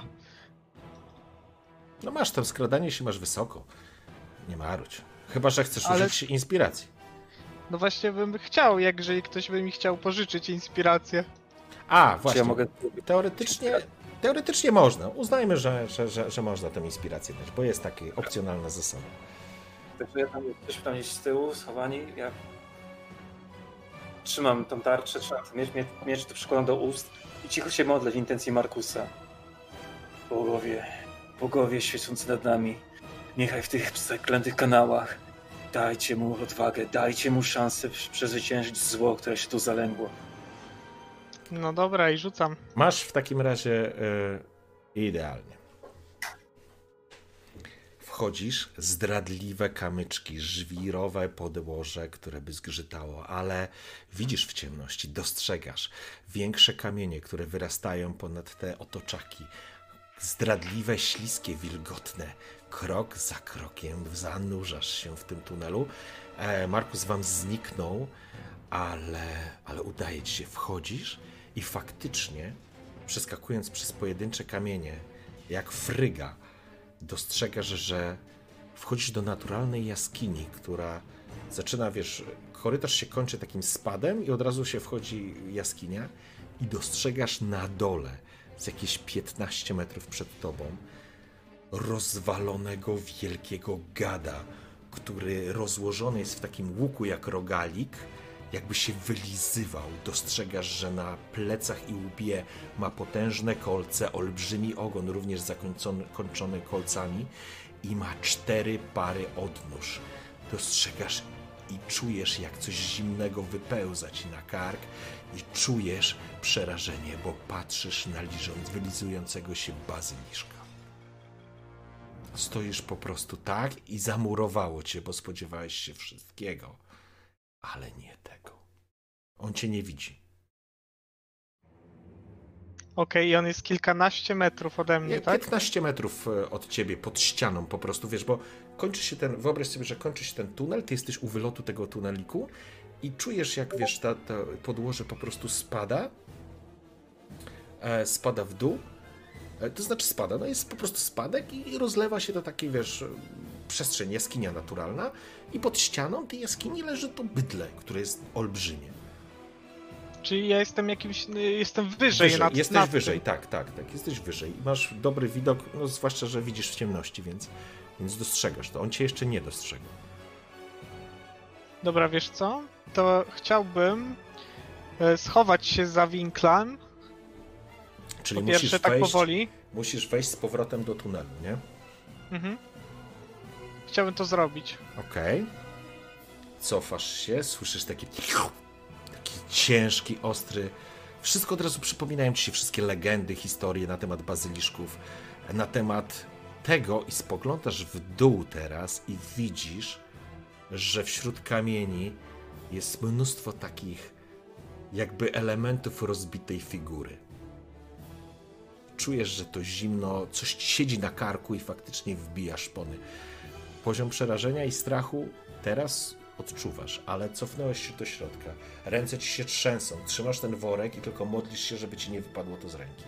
No masz tam skradanie się, masz wysoko. Nie marudź. Chyba że chcesz użyć inspiracji. No właśnie bym chciał, jeżeli ktoś by mi chciał pożyczyć inspirację. Właśnie. Ja mogę... Teoretycznie można. Uznajmy, że można tę inspirację dać, bo jest taka opcjonalna zasada. Także ja jesteśmy tam gdzieś z tyłu, schowani. Ja trzymam tą tarczę, trzymam ten miecz to przykładam do ust i cicho się modlę w intencji Markusa. Bogowie świecący nad nami, niechaj w tych zaklętych kanałach dajcie mu odwagę, dajcie mu szansę przezwyciężyć zło, które się tu zalęgło. No dobra, i rzucam. Masz w takim razie idealnie. Wchodzisz, zdradliwe kamyczki, żwirowe podłoże, które by zgrzytało, ale widzisz w ciemności, dostrzegasz większe kamienie, które wyrastają ponad te otoczaki. Zdradliwe, śliskie, wilgotne. Krok za krokiem zanurzasz się w tym tunelu. Markus wam zniknął, ale udaje ci się. Wchodzisz i faktycznie, przeskakując przez pojedyncze kamienie, jak fryga, dostrzegasz, że wchodzisz do naturalnej jaskini, która zaczyna, korytarz się kończy takim spadem i od razu się wchodzi jaskinia i dostrzegasz na dole, z jakieś 15 metrów przed tobą, rozwalonego wielkiego gada, który rozłożony jest w takim łuku jak rogalik, jakby się wylizywał. Dostrzegasz, że na plecach i łbie ma potężne kolce, olbrzymi ogon, również zakończony kolcami i ma 4 pary odnóż. Dostrzegasz i czujesz, jak coś zimnego wypełza ci na kark i czujesz przerażenie, bo patrzysz na wylizującego się bazyliszka. Stoisz po prostu tak i zamurowało cię, bo spodziewałeś się wszystkiego, ale nie tego. On cię nie widzi. Okej, i on jest kilkanaście metrów ode mnie, tak? 15 metrów od ciebie, pod ścianą po prostu, bo kończy się wyobraź sobie, że kończy się ten tunel, ty jesteś u wylotu tego tuneliku i czujesz, jak to podłoże po prostu spada w dół, to znaczy spada, jest po prostu spadek i rozlewa się do takiej, przestrzeń, jaskinia naturalna i pod ścianą tej jaskini leży to bydlę, które jest olbrzymie. Czyli ja jestem wyżej. Jesteś wyżej, tak, jesteś wyżej. Masz dobry widok, zwłaszcza, że widzisz w ciemności, więc dostrzegasz to. On cię jeszcze nie dostrzega. Dobra, wiesz co? To chciałbym schować się za winklem. Czyli po pierwsze, tak powoli. Musisz wejść z powrotem do tunelu, nie? Mhm. Chciałbym to zrobić. Okej. Cofasz się, słyszysz taki ciężki, ostry. Wszystko od razu przypominają ci się wszystkie legendy, historie na temat bazyliszków, na temat tego i spoglądasz w dół teraz i widzisz, że wśród kamieni jest mnóstwo takich jakby elementów rozbitej figury. Czujesz, że to zimno, coś ci siedzi na karku i faktycznie wbija szpony. Poziom przerażenia i strachu teraz odczuwasz, ale cofnąłeś się do środka. Ręce ci się trzęsą, trzymasz ten worek i tylko modlisz się, żeby ci nie wypadło to z ręki.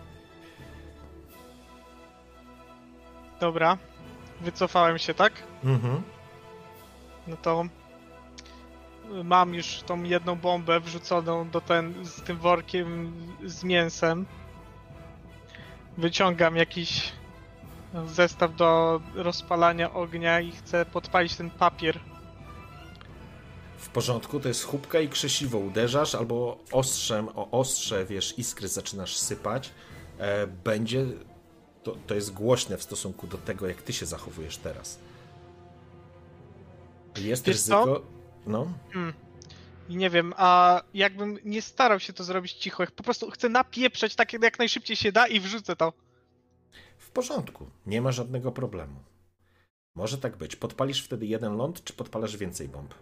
Dobra, wycofałem się, tak? Mhm. No to mam już tą jedną bombę wrzuconą z tym workiem z mięsem. Wyciągam jakiś zestaw do rozpalania ognia i chcę podpalić ten papier. W porządku, to jest chłupka i krzesiwo. Uderzasz albo ostrzem o ostrze, wiesz, iskry zaczynasz sypać. Będzie... To jest głośne w stosunku do tego, jak ty się zachowujesz teraz. Jest ryzyko... No. I nie wiem, a jakbym nie starał się to zrobić cicho, po prostu chcę napieprzeć tak jak najszybciej się da i wrzucę to. W porządku, nie ma żadnego problemu. Może tak być. Podpalisz wtedy jeden ląd, czy podpalasz więcej bomb?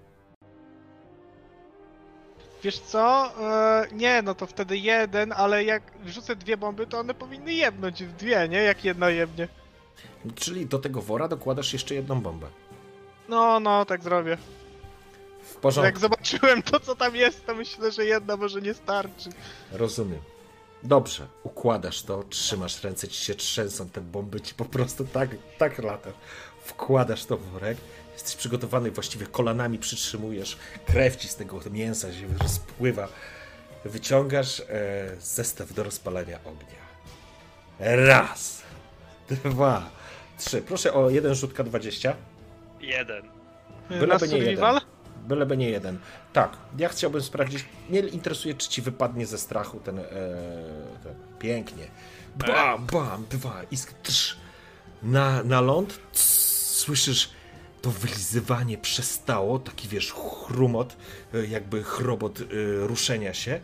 Wiesz co? Nie, no to wtedy jeden, ale jak wrzucę 2 bomby, to one powinny jebnąć w 2, nie? Jak jedna jebnie. Czyli do tego wora dokładasz jeszcze jedną bombę. No, tak zrobię. W porządku. Jak zobaczyłem to, co tam jest, to myślę, że jedna może nie starczy. Rozumiem. Dobrze, układasz to, trzymasz ręce, ci się trzęsą, te bomby ci po prostu tak latasz. Wkładasz to w worek, jesteś przygotowany, właściwie kolanami przytrzymujesz, krew ci z tego mięsa się rozpływa. Wyciągasz zestaw do rozpalania ognia. 1, 2, 3. Proszę o 1 rzut K20. 1. Byleby nie jeden. Byleby nie jeden. Tak, ja chciałbym sprawdzić, mnie interesuje, czy ci wypadnie ze strachu ten pięknie. Bam, 2, isk, na ląd, słyszysz, to wylizywanie przestało, taki wiesz, chrumot, jakby chrobot ruszenia się.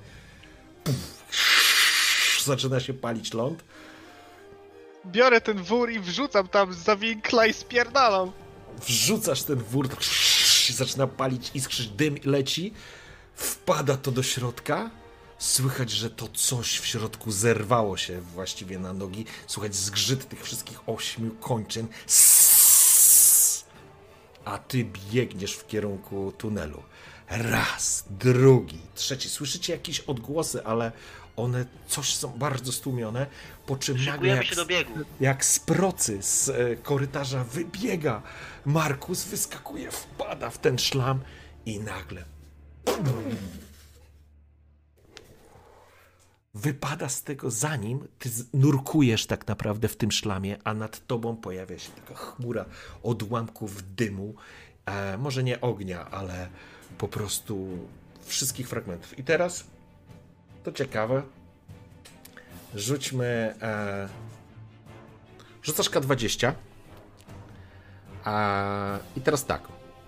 Zaczyna się palić ląd. Biorę ten wór i wrzucam tam za winkla i spierdalam. Wrzucasz ten wór, zaczyna palić, iskrzyć, dym leci, wpada to do środka, słychać, że to coś w środku zerwało się właściwie na nogi, słychać zgrzyt tych wszystkich 8 kończyn, a ty biegniesz w kierunku tunelu. 1, 2, 3. Słyszycie jakieś odgłosy, ale one coś są bardzo stłumione, po czym nagle jak z procy z korytarza wybiega Markus, wyskakuje, wpada w ten szlam i nagle wypada z tego, zanim ty nurkujesz tak naprawdę w tym szlamie, a nad tobą pojawia się taka chmura odłamków dymu, może nie ognia, ale po prostu wszystkich fragmentów. I teraz to ciekawe. Rzućmy. Rzucasz K20. I teraz tak.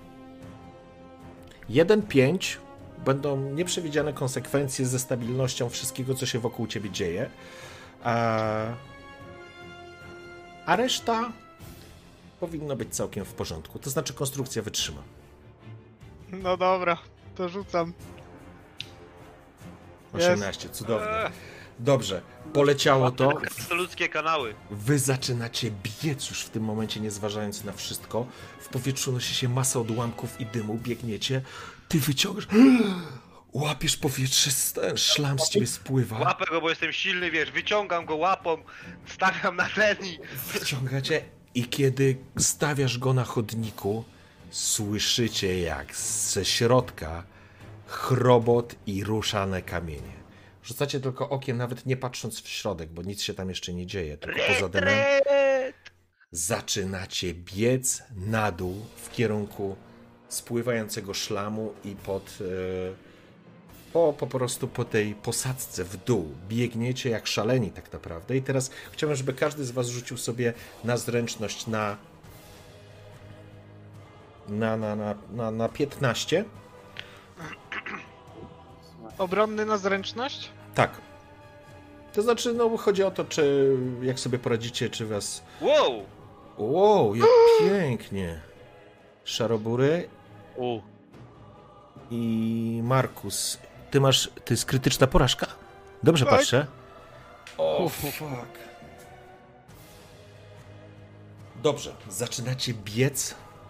1-5 będą nieprzewidziane konsekwencje ze stabilnością wszystkiego, co się wokół ciebie dzieje. A reszta powinno być całkiem w porządku. To znaczy konstrukcja wytrzyma. No dobra, to rzucam. 18, cudownie. Dobrze, poleciało to. To ludzkie kanały. Wy zaczynacie biec już w tym momencie, nie zważając na wszystko. W powietrzu nosi się masa odłamków i dymu, biegniecie. Ty wyciągasz, łapiesz powietrze, szlam z ciebie spływa. Łapę go, bo jestem silny, wiesz, wyciągam go łapą, stawiam na ten i... Wyciągacie i kiedy stawiasz go na chodniku, słyszycie jak ze środka chrobot i ruszane kamienie. Rzucacie tylko okiem, nawet nie patrząc w środek, bo nic się tam jeszcze nie dzieje, tylko poza dymem. Zaczynacie biec na dół w kierunku spływającego szlamu i po prostu po tej posadzce w dół. Biegniecie jak szaleni tak naprawdę. I teraz chciałbym, żeby każdy z was rzucił sobie na zręczność na 15. Obronny na zręczność? Tak. To znaczy, no chodzi o to, czy jak sobie poradzicie, czy was... Wow! Wow, jak pięknie. Szarobury i Markus. To jest krytyczna porażka? Dobrze tak. Patrzę? O, fuck. Dobrze, zaczynacie biec.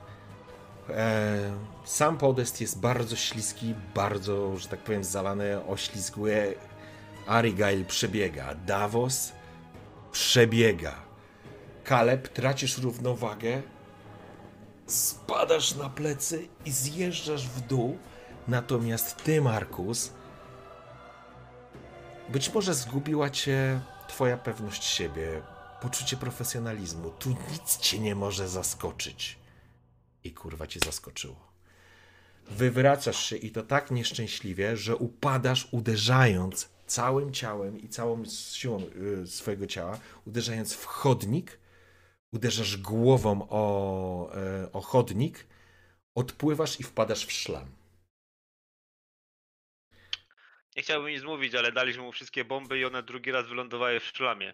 Sam podest jest bardzo śliski, bardzo, że tak powiem, zalany, oślizgły. Arigail przebiega, Davos przebiega. Kaleb, tracisz równowagę, spadasz na plecy i zjeżdżasz w dół. Natomiast ty, Markus, być może zgubiła cię twoja pewność siebie, poczucie profesjonalizmu. Tu nic cię nie może zaskoczyć. I kurwa cię zaskoczyło. Wywracasz się i to tak nieszczęśliwie, że upadasz, uderzając całym ciałem i całą siłą swojego ciała, uderzając w chodnik, uderzasz głową o chodnik, odpływasz i wpadasz w szlam. Nie chciałbym nic mówić, ale daliśmy mu wszystkie bomby i one drugi raz wylądowały w szlamie.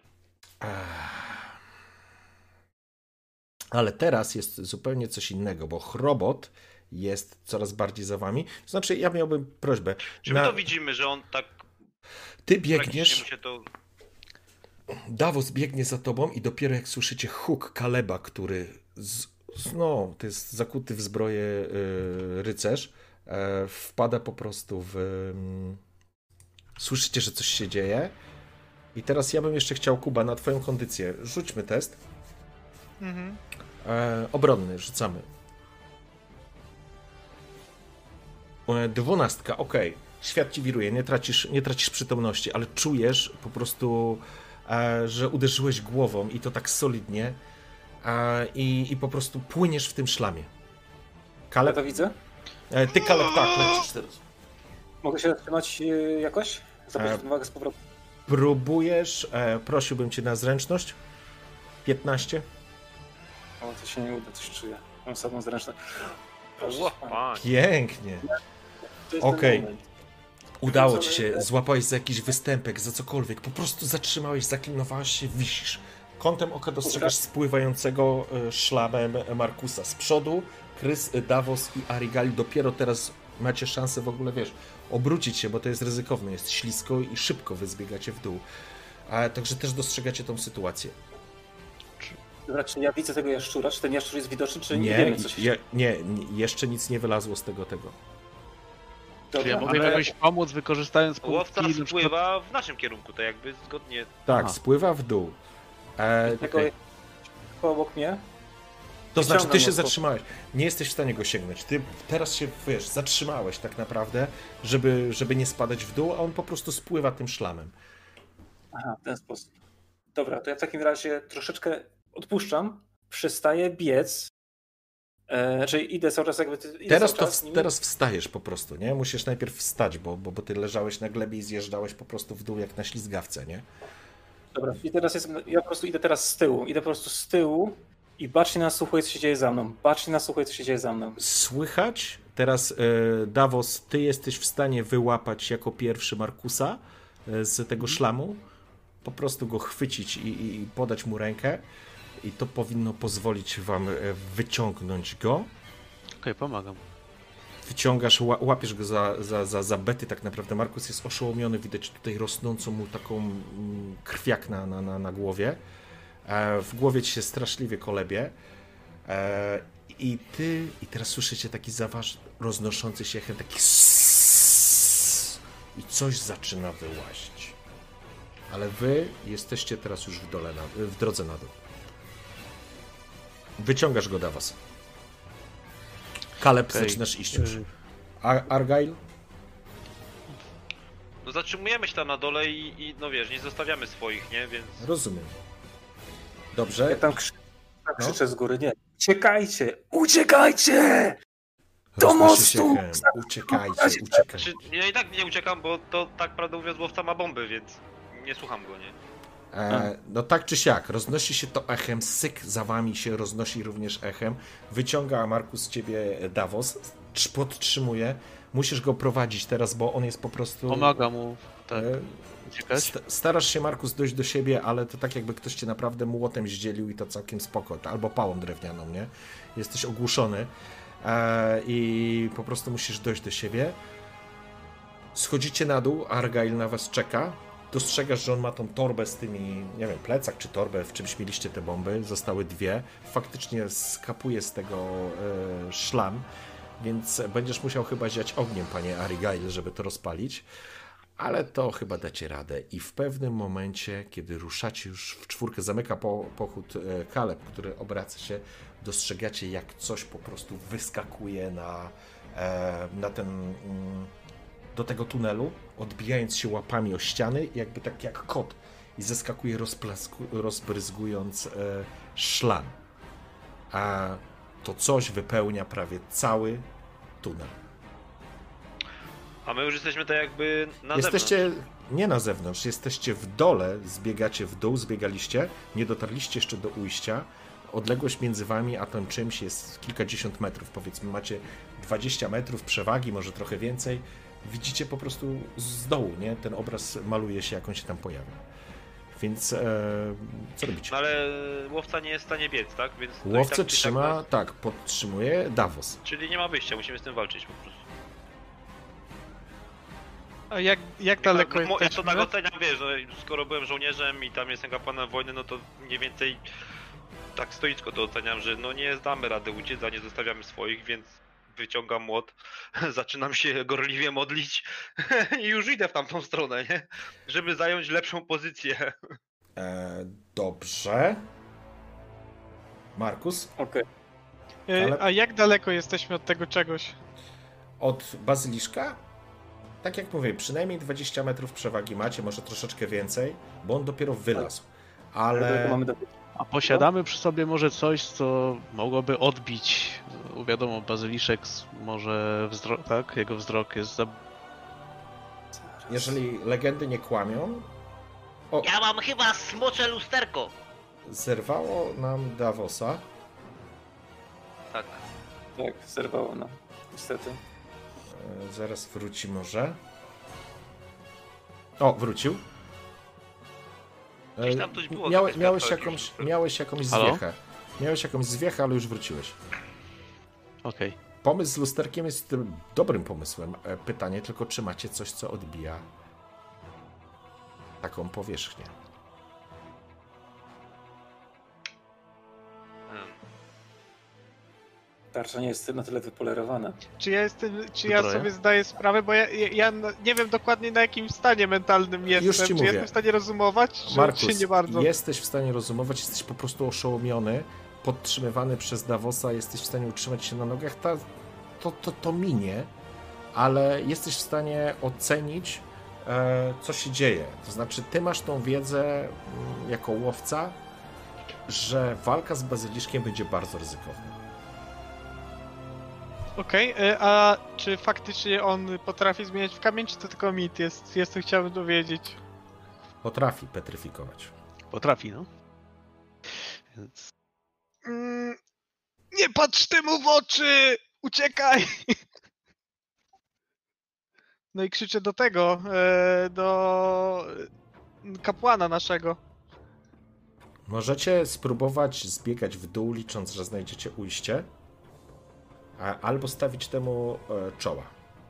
Ale teraz jest zupełnie coś innego, bo Chrobot jest coraz bardziej za wami. To znaczy, ja miałbym prośbę. Czy my to widzimy, że on tak... Ty biegniesz... Davos biegnie za tobą i dopiero jak słyszycie huk Kaleba, który to jest zakuty w zbroję rycerz, wpada po prostu w... Słyszycie, że coś się dzieje. I teraz ja bym jeszcze chciał, Kuba, na twoją kondycję. Rzućmy test. Obronny, rzucamy. 12, okej. Świat ci wiruje, nie tracisz przytomności, ale czujesz po prostu, że uderzyłeś głową i to tak solidnie i po prostu płyniesz w tym szlamie. Kaleb? Ja to widzę? Ty, Kaleb, tak, lecisz teraz. Mogę się zatrzymać jakoś? Zabrać uwagę z powrotem. Próbujesz, prosiłbym cię na zręczność. 15. O, to się nie uda, coś czuję. Mam samą zręczność. Pięknie. Okej. Udało ci się, złapałeś za jakiś występek, za cokolwiek. Po prostu zatrzymałeś, zaklinowałeś się, wisisz. Kątem oka dostrzegasz spływającego szlamem Markusa. Z przodu Krys, Davos i Arigail dopiero teraz macie szansę w ogóle, obrócić się, bo to jest ryzykowne, jest ślisko i szybko wy zbiegacie w dół. Także też dostrzegacie tą sytuację. Dobra, czy ja widzę tego jaszczura? Czy ten jaszczur jest widoczny, czy nie wiemy, co się nie, jeszcze nic nie wylazło z tego. Czy ja mogę jakoś pomóc, wykorzystając punktki? Łowca spływa w naszym kierunku, to jakby zgodnie... Tak, spływa w dół. Obok mnie? To znaczy, ty się zatrzymałeś. Nie jesteś w stanie go sięgnąć. Ty teraz się, zatrzymałeś tak naprawdę, żeby nie spadać w dół, a on po prostu spływa tym szlamem. Aha, w ten sposób. Dobra, to ja w takim razie troszeczkę odpuszczam, przestaję biec. Czyli idę cały czas jakby... Teraz wstajesz po prostu, nie? Musisz najpierw wstać, bo ty leżałeś na glebie i zjeżdżałeś po prostu w dół jak na ślizgawce, nie? Dobra, i teraz ja po prostu idę teraz z tyłu. Idę po prostu z tyłu i bacznie nasłuchuję, co się dzieje za mną. Słychać? Teraz Davos, ty jesteś w stanie wyłapać jako pierwszy Markusa z tego szlamu. Po prostu go chwycić i podać mu rękę. I to powinno pozwolić wam wyciągnąć go. Okej, pomagam. Wyciągasz, łapiesz go za bety tak naprawdę. Markus jest oszołomiony, widać tutaj rosnącą mu taką krwiak na głowie. W głowie ci się straszliwie kolebie. I teraz słyszycie taki roznoszący się echem, taki i coś zaczyna wyłazić. Ale wy jesteście teraz już w drodze na dół. Wyciągasz go do was. Kaleb, zaczynasz iść już. Argail? No zatrzymujemy się tam na dole i no wiesz, nie zostawiamy swoich, nie? Więc... Rozumiem. Dobrze. Ja tam krzyczę z góry, nie. Uciekajcie! Do mostu! Uciekajcie. Ja i tak nie uciekam, bo to tak prawdę mówiąc łowca ma bomby, więc nie słucham go, nie? No tak czy siak, roznosi się to echem, syk za wami się roznosi również echem. Wyciąga Markus z ciebie Davos, podtrzymuje. Musisz go prowadzić teraz, bo on jest po prostu... Pomaga mu. tak. Starasz się, Markus, dojść do siebie, ale to tak jakby ktoś cię naprawdę młotem zdzielił i to całkiem spoko. Albo pałą drewnianą, nie? Jesteś ogłuszony i po prostu musisz dojść do siebie. Schodzicie na dół, Argyle na was czeka. Dostrzegasz, że on ma tą torbę z tymi, nie wiem, plecak czy torbę, w czymś mieliście te bomby. Zostały 2. Faktycznie skapuje z tego szlam, więc będziesz musiał chyba ziać ogniem, panie Argyle, żeby to rozpalić. Ale to chyba dacie radę. I w pewnym momencie, kiedy ruszacie już w 4, zamyka pochód Caleb, który obraca się, dostrzegacie, jak coś po prostu wyskakuje na ten... do tego tunelu, odbijając się łapami o ściany, jakby tak jak kot, i zeskakuje rozbryzgując szlam. A to coś wypełnia prawie cały tunel. A my już jesteśmy tak jakby na Jesteście zewnątrz. Nie na zewnątrz, jesteście w dole, zbiegacie w dół, zbiegaliście, nie dotarliście jeszcze do ujścia. Odległość między wami a tym czymś jest kilkadziesiąt metrów, powiedzmy macie 20 metrów przewagi, może trochę więcej. Widzicie po prostu z dołu, nie? Ten obraz maluje się, jak on się tam pojawia. Więc co robicie? No ale łowca nie jest w stanie biec, tak? Więc Łowcę tak, trzyma, tak, podtrzymuje Davos. Czyli nie ma wyjścia, musimy z tym walczyć po prostu. A jak daleko Ja to jesteśmy? tak oceniam, wiesz, że skoro byłem żołnierzem i tam jestem kapłanem wojny, no to mniej więcej tak stoicko to oceniam, że no nie damy rady uciec, a nie zostawiamy swoich, więc wyciągam młot, zaczynam się gorliwie modlić i już idę w tamtą stronę, nie? Żeby zająć lepszą pozycję. Dobrze. Markus? Okej. A jak daleko jesteśmy od tego czegoś? Od bazyliszka? Tak jak mówię, przynajmniej 20 metrów przewagi macie, może troszeczkę więcej, bo on dopiero wylazł. Ale... A posiadamy przy sobie może coś, co mogłoby odbić, wiadomo, bazyliszek, może wzrok, tak? Jego wzrok jest za... Jeżeli legendy nie kłamią... O, Ja mam chyba smocze lusterko. zerwało nam Davosa. Tak. Tak, zerwało, no. Niestety. Zaraz wróci może. O, wrócił. Gdzieś tam coś było. Miałeś jakąś Halo? zwiechę. Miałeś jakąś zwiechę, ale już wróciłeś. Okej. Pomysł z lusterkiem jest dobrym pomysłem. Pytanie tylko, czy macie coś, co odbija taką powierzchnię. Tarcza nie jest na tyle wypolerowana. Czy ja Zbroja? sobie zdaję sprawę, bo ja nie wiem dokładnie na jakim stanie mentalnym Już jestem. ci Czy mówię. jestem w stanie rozumować, czy Markus, nie bardzo? jesteś w stanie rozumować, jesteś po prostu oszołomiony, podtrzymywany przez Davosa, jesteś w stanie utrzymać się na nogach. To minie, ale jesteś w stanie ocenić, co się dzieje. To znaczy, ty masz tą wiedzę jako łowca, że walka z bazyliszkiem będzie bardzo ryzykowna. Okej, a czy faktycznie on potrafi zmieniać w kamień, czy to tylko mit jest? Jestem chciałbym dowiedzieć. Potrafi petryfikować. Potrafi, no. Więc... Nie patrz temu w oczy! Uciekaj! No i krzyczę do tego, do kapłana naszego. Możecie spróbować zbiegać w dół, licząc, że znajdziecie ujście, albo stawić temu czoła.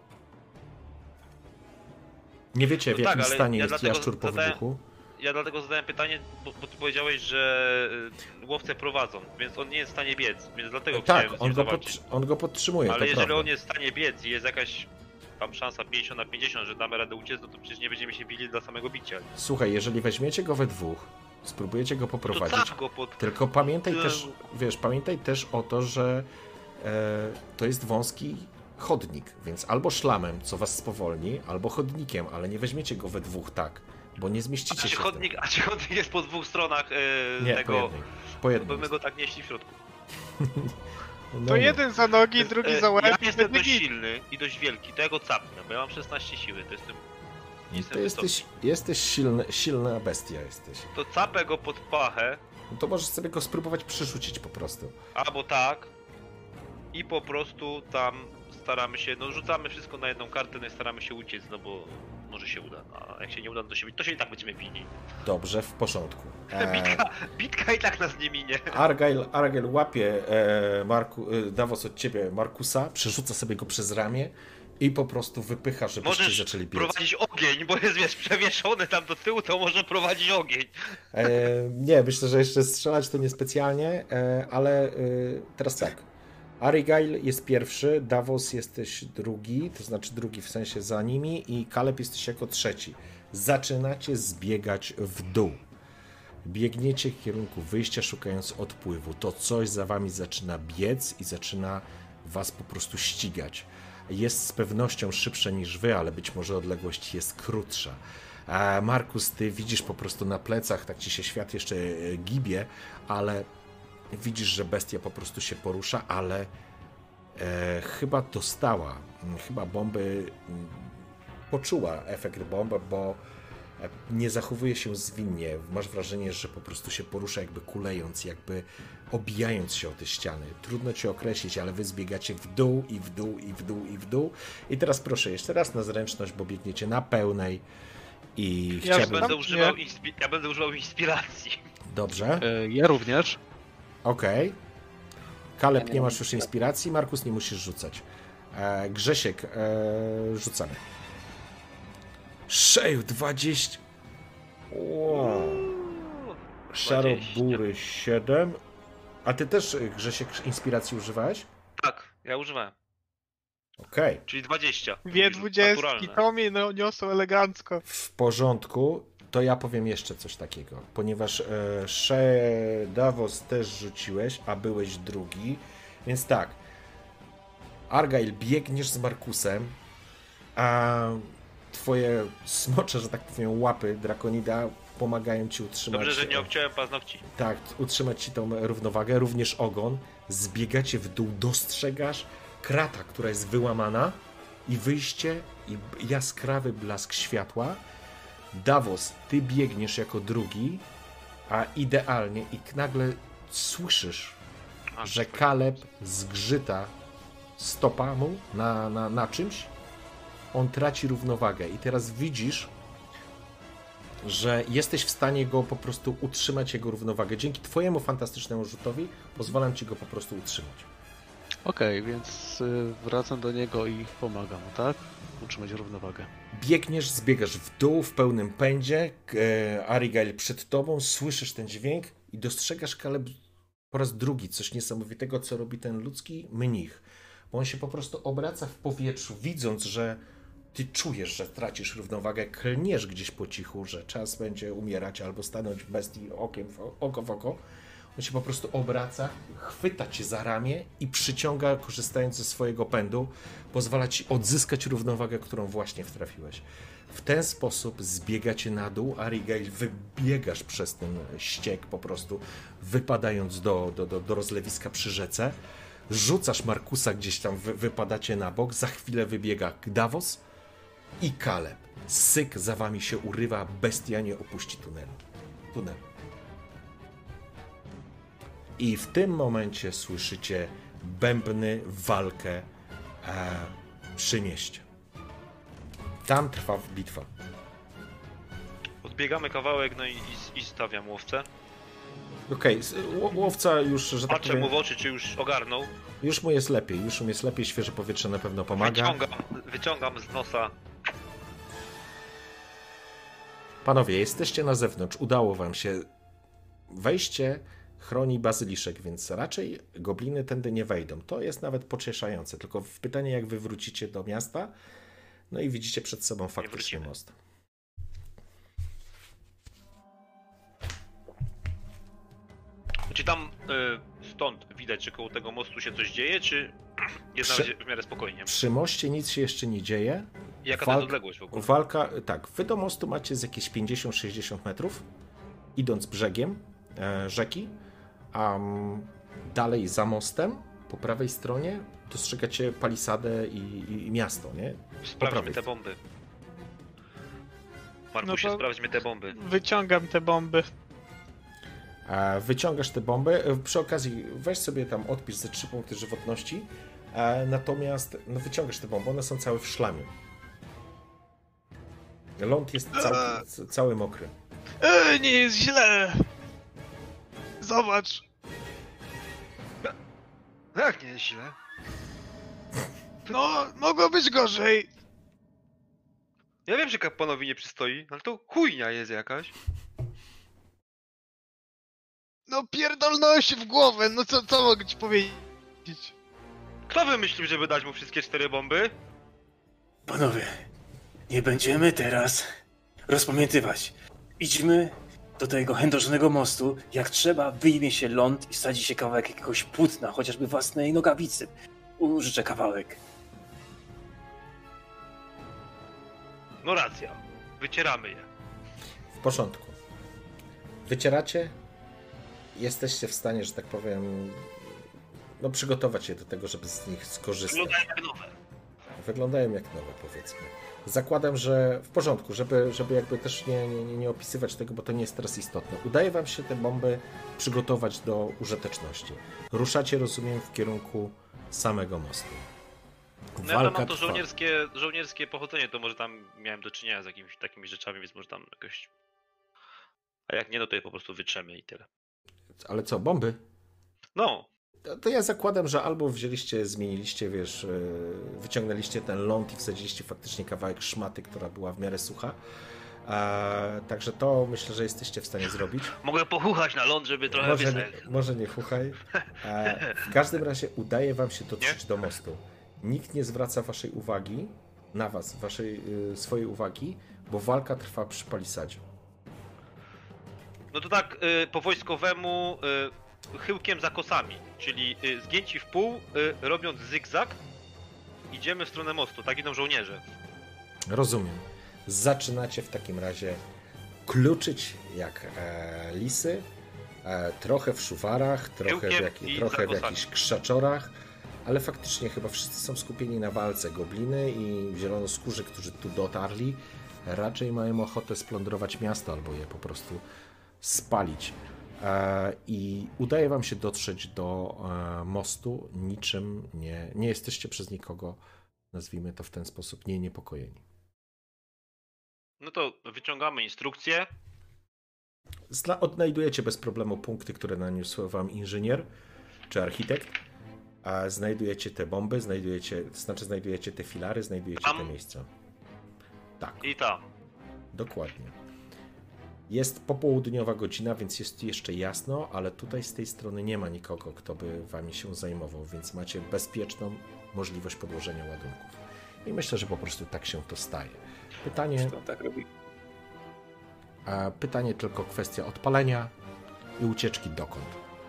Nie wiecie, w No jakim tak, ale stanie ja jest dlatego jaszczur po wybuchu. Ja dlatego zadałem pytanie, bo ty powiedziałeś, że łowce prowadzą, więc on nie jest w stanie biec, więc dlatego Tak, chciałem z nim zobaczyć. on go podtrzymuje, Ale to jeżeli prawda. on jest w stanie biec i jest jakaś tam szansa 50/50, że damy radę uciec, no to przecież nie będziemy się bili dla samego bicia. Słuchaj, jeżeli weźmiecie go we dwóch, spróbujecie go To poprowadzić, cap go pod... tylko pamiętaj też o to, że to jest wąski chodnik, więc albo szlamem, co was spowolni, albo chodnikiem, ale nie weźmiecie go we dwóch tak, bo nie zmieścicie się w tym. A czy chodnik jest po dwóch stronach Nie, tego... po jednej. Bo my go tak nieśli w środku. No To nie. jeden za nogi, drugi za łeb. Ja i jestem będzie dość git. silny i dość wielki, to ja go capnę, bo ja mam 16 siły, to jestem... To jesteś silna bestia jesteś. To capę go pod pachę, No to możesz sobie go spróbować przerzucić po prostu. albo tak, i po prostu tam staramy się, no rzucamy wszystko na jedną kartę, no i staramy się uciec, no bo może się uda. A jak się nie uda, to się i tak będziemy bili. Dobrze, w porządku. Bitka i tak nas nie minie. Argyle łapie Davos od ciebie Markusa, przerzuca sobie go przez ramię i po prostu wypycha, żebyście zaczęli biec. Prowadzić ogień, bo jest, wiesz, przewieszony tam do tyłu, to może prowadzić ogień. Nie, myślę, że jeszcze strzelać to niespecjalnie, ale teraz tak. Argyle jest pierwszy, Davos jesteś drugi, to znaczy drugi w sensie za nimi i Caleb jesteś jako trzeci. Zaczynacie zbiegać w dół. Biegniecie w kierunku wyjścia, szukając odpływu. To coś za wami zaczyna biec i zaczyna was po prostu ścigać. Jest z pewnością szybsze niż wy, ale być może odległość jest krótsza. A Markus, ty widzisz po prostu na plecach, tak ci się świat jeszcze gibie, ale widzisz, że bestia po prostu się porusza, ale chyba dostała, chyba bomby, poczuła efekt bomby, bo nie zachowuje się zwinnie. Masz wrażenie, że po prostu się porusza jakby kulejąc, jakby obijając się o te ściany. Trudno ci określić, ale wy zbiegacie w dół i w dół i w dół i w dół. I teraz proszę jeszcze raz na zręczność, bo biegniecie na pełnej i chciałbym... Ja będę używał inspiracji. Dobrze. Ja również. Okej. Caleb, nie masz już inspiracji, Markus, nie musisz rzucać. Grzesiek, rzucamy. Szeju, 20. Wow. Szarobury 7. A ty też, Grzesiek, inspiracji używałeś? Tak, ja używałem. Okej. Czyli 20. Dwie 20, to mnie niosą elegancko. W porządku, to ja powiem jeszcze coś takiego. Ponieważ Davos też rzuciłeś, a byłeś drugi. Więc tak. Argyle, biegniesz z Markusem, a twoje smocze, że tak powiem, łapy Drakonida pomagają ci utrzymać... Dobrze, że nie obciąłem paznokci. Tak, utrzymać ci tą równowagę, również ogon. Zbiegacie w dół, dostrzegasz krata, która jest wyłamana i wyjście i jaskrawy blask światła. Davos, ty biegniesz jako drugi, a idealnie i nagle słyszysz, że Caleb zgrzyta stopa mu na czymś. On traci równowagę i teraz widzisz, że jesteś w stanie go po prostu utrzymać, jego równowagę. Dzięki twojemu fantastycznemu rzutowi pozwalam ci go po prostu utrzymać. Okej, więc wracam do niego i pomagam, tak? Utrzymać równowagę. Biegniesz, zbiegasz w dół w pełnym pędzie, Argyle przed tobą, słyszysz ten dźwięk i dostrzegasz, Caleb, po raz drugi coś niesamowitego, co robi ten ludzki mnich. Bo on się po prostu obraca w powietrzu, widząc, że ty czujesz, że tracisz równowagę, klniesz gdzieś po cichu, że czas będzie umierać albo stanąć bestii oko w oko. On się po prostu obraca, chwyta cię za ramię i przyciąga, korzystając ze swojego pędu, pozwala ci odzyskać równowagę, którą właśnie wtrafiłeś. W ten sposób zbiegacie na dół, Argyle, wybiegasz przez ten ściek po prostu, wypadając do rozlewiska przy rzece, rzucasz Markusa gdzieś tam, wypadacie na bok, za chwilę wybiega Davos i Caleb. Syk za wami się urywa, bestia nie opuści tunelu. I w tym momencie słyszycie bębny, walkę przy mieście. Tam trwa bitwa. Odbiegamy kawałek, no i stawiam łowcę. Okej, łowca już, że tak Patrzę mu w oczy, czy już ogarnął. Już mu jest lepiej, świeże powietrze na pewno pomaga. Wyciągam z nosa. Panowie, jesteście na zewnątrz, udało wam się. Wejście chroni bazyliszek, więc raczej gobliny tędy nie wejdą. To jest nawet pocieszające, tylko pytanie, jak wy wrócicie do miasta, no i widzicie przed sobą faktycznie most. Czy tam stąd widać, że koło tego mostu się coś dzieje, czy jest nawet w miarę spokojnie? Przy moście nic się jeszcze nie dzieje. Jaka to jest odległość w ogóle? Walka, tak, wy do mostu macie z jakieś 50-60 metrów, idąc brzegiem rzeki, a dalej za mostem, po prawej stronie, dostrzegacie palisadę i miasto, nie? Sprawdźmy te bomby. Markusie, no sprawdźmy te bomby. Wyciągam te bomby. Wyciągasz te bomby, przy okazji weź sobie tam odpisz ze 3 punkty żywotności, natomiast no, wyciągasz te bomby, one są całe w szlamie. Ląd jest cały mokry. Nie jest źle! Zobacz! Jak nie jest źle? No, mogło być gorzej! Ja wiem, że kapłanowi nie przystoi, ale to chujnia jest jakaś. No pierdolnąłem się w głowę, no co mogę ci powiedzieć? Kto wymyślił, żeby dać mu wszystkie 4 bomby? Panowie, nie będziemy teraz rozpamiętywać. Idźmy do tego chędożonego mostu. Jak trzeba, wyjmie się ląd i sadzi się kawałek jakiegoś płótna, chociażby własnej nogawicy. Użyczę kawałek. No racja. Wycieramy je. W porządku. Wycieracie. Jesteście w stanie, że tak powiem, no przygotować się do tego, żeby z nich skorzystać. Wyglądają jak nowe. Wyglądają jak nowe, powiedzmy. Zakładam, że w porządku, żeby jakby też nie opisywać tego, bo to nie jest teraz istotne. Udaje wam się te bomby przygotować do użyteczności. Ruszacie, rozumiem, w kierunku samego mostu. No ja tam mam to żołnierskie pochodzenie, to może tam miałem do czynienia z jakimiś takimi rzeczami, więc może tam jakoś... A jak nie, no to je po prostu wytrzemy i tyle. Ale co, bomby? No. To ja zakładam, że albo wzięliście, zmieniliście, wiesz, wyciągnęliście ten ląd i wsadziliście faktycznie kawałek szmaty, która była w miarę sucha. Także to myślę, że jesteście w stanie zrobić. Mogę pochuchać na ląd, żeby trochę wysechł. Może nie chuchaj. W każdym razie udaje wam się dotrzeć do mostu. Nikt nie zwraca waszej uwagi, na was, swojej uwagi, bo walka trwa przy palisadzie. No to tak po wojskowemu chyłkiem za kosami, czyli zgięci w pół, robiąc zygzak, idziemy w stronę mostu, tak idą żołnierze. Rozumiem. Zaczynacie w takim razie kluczyć jak lisy, trochę w szuwarach, trochę w jakichś krzaczorach, ale faktycznie chyba wszyscy są skupieni na walce. Gobliny i zielonoskórzy, którzy tu dotarli, raczej mają ochotę splądrować miasto albo je po prostu spalić. I udaje wam się dotrzeć do mostu, niczym nie jesteście przez nikogo, nazwijmy to w ten sposób, niepokojeni. No to wyciągamy instrukcje. Odnajdujecie bez problemu punkty, które naniósł wam inżynier czy architekt. Znajdujecie te bomby, znajdujecie te filary, znajdujecie te miejsca. Tak. I tam. Dokładnie. Jest popołudniowa godzina, więc jest jeszcze jasno, ale tutaj z tej strony nie ma nikogo, kto by wami się zajmował, więc macie bezpieczną możliwość podłożenia ładunków. I myślę, że po prostu tak się to staje. Pytanie... tak robi. Pytanie tylko kwestia odpalenia i ucieczki dokąd.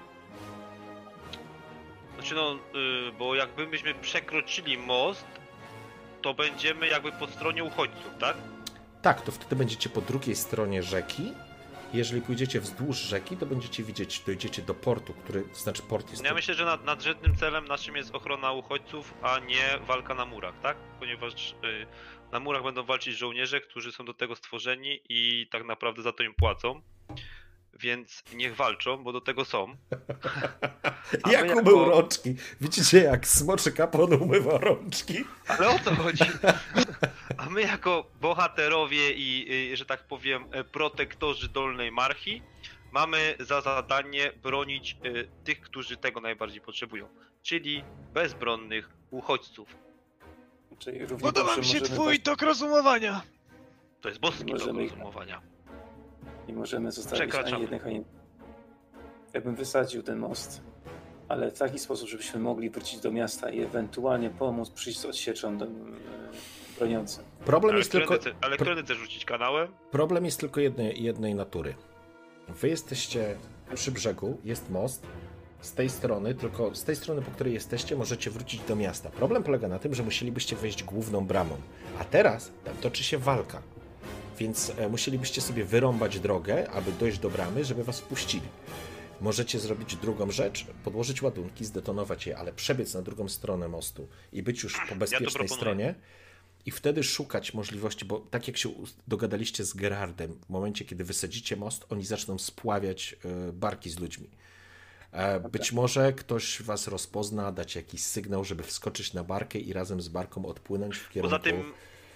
Znaczy no, bo jakby myśmy przekroczyli most, to będziemy jakby po stronie uchodźców, tak? Tak, to wtedy będziecie po drugiej stronie rzeki. Jeżeli pójdziecie wzdłuż rzeki, to będziecie widzieć, dojdziecie do portu, port jest... Ja myślę, że nadrzędnym celem naszym jest ochrona uchodźców, a nie walka na murach, tak? Ponieważ na murach będą walczyć żołnierze, którzy są do tego stworzeni i tak naprawdę za to im płacą. Więc niech walczą, bo do tego są. Jak umył rączki. Widzicie, jak smoczy kapłan umywa rączki? Ale o co chodzi? A my jako bohaterowie i, że tak powiem, protektorzy Dolnej Marchi mamy za zadanie bronić tych, którzy tego najbardziej potrzebują. Czyli bezbronnych uchodźców. Podoba mi się twój tok rozumowania. To jest boski tok rozumowania. Nie możemy zostawić ani jednych, ani... Ja bym wysadził ten most, ale w taki sposób, żebyśmy mogli wrócić do miasta i ewentualnie pomóc przyjść z odsieczą do broniącym. Problem jest tylko... Ale którędy chcesz rzucić kanałem? Problem jest tylko jednej natury. Wy jesteście przy brzegu, jest most. Z tej strony, tylko z tej strony, po której jesteście, możecie wrócić do miasta. Problem polega na tym, że musielibyście wejść główną bramą. A teraz tam toczy się walka. Więc musielibyście sobie wyrąbać drogę, aby dojść do bramy, żeby was wpuścili. Możecie zrobić drugą rzecz, podłożyć ładunki, zdetonować je, ale przebiec na drugą stronę mostu i być już po bezpiecznej stronie i wtedy szukać możliwości, bo tak jak się dogadaliście z Gerardem, w momencie, kiedy wysadzicie most, oni zaczną spławiać barki z ludźmi. Być może ktoś was rozpozna, dać jakiś sygnał, żeby wskoczyć na barkę i razem z barką odpłynąć w kierunku... Poza tym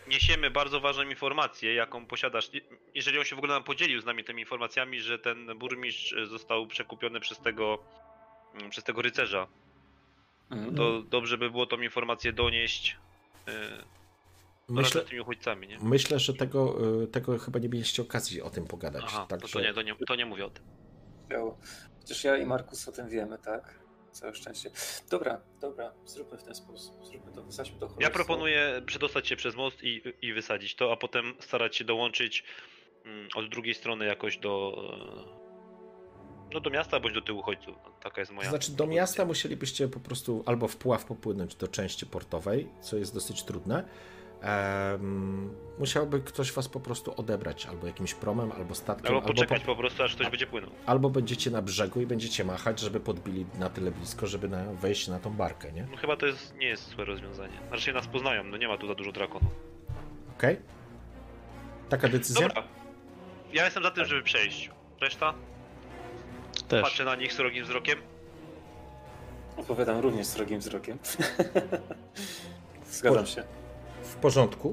niesiemy bardzo ważną informację, jaką posiadasz. Jeżeli on się w ogóle nam podzielił z nami tymi informacjami, że ten burmistrz został przekupiony przez tego rycerza, to dobrze by było tą informację donieść razem z tymi uchodźcami, nie? Myślę, że tego chyba nie mieliście okazji o tym pogadać. Aha, także... to nie mówię o tym. Chociaż ja i Markus o tym wiemy, tak? Całe szczęście. Dobra, zróbmy w ten sposób. Zróbmy to, wysadźmy to. Ja proponuję przedostać się przez most i wysadzić to, a potem starać się dołączyć od drugiej strony jakoś do miasta, bądź do tyłu uchodźców. Taka jest moja. To znaczy, do miasta musielibyście po prostu albo w Puław popłynąć do części portowej, co jest dosyć trudne. Musiałby ktoś was po prostu odebrać, albo jakimś promem, albo statkiem. Albo poczekać po prostu, aż ktoś będzie płynął. Albo będziecie na brzegu i będziecie machać, żeby podbili na tyle blisko, żeby wejść na tą barkę, nie? No chyba to nie jest złe rozwiązanie. Raczej nas poznają, no nie ma tu za dużo drakonów. Okej. Taka decyzja? Dobra. Ja jestem za tym, żeby przejść. Reszta? Też. Patrzę na nich srogim wzrokiem. Odpowiadam również srogim wzrokiem. Zgadzam się. W porządku.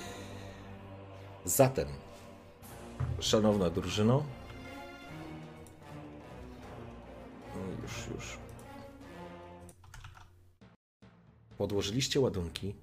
Zatem, szanowna drużyno, już. Podłożyliście ładunki,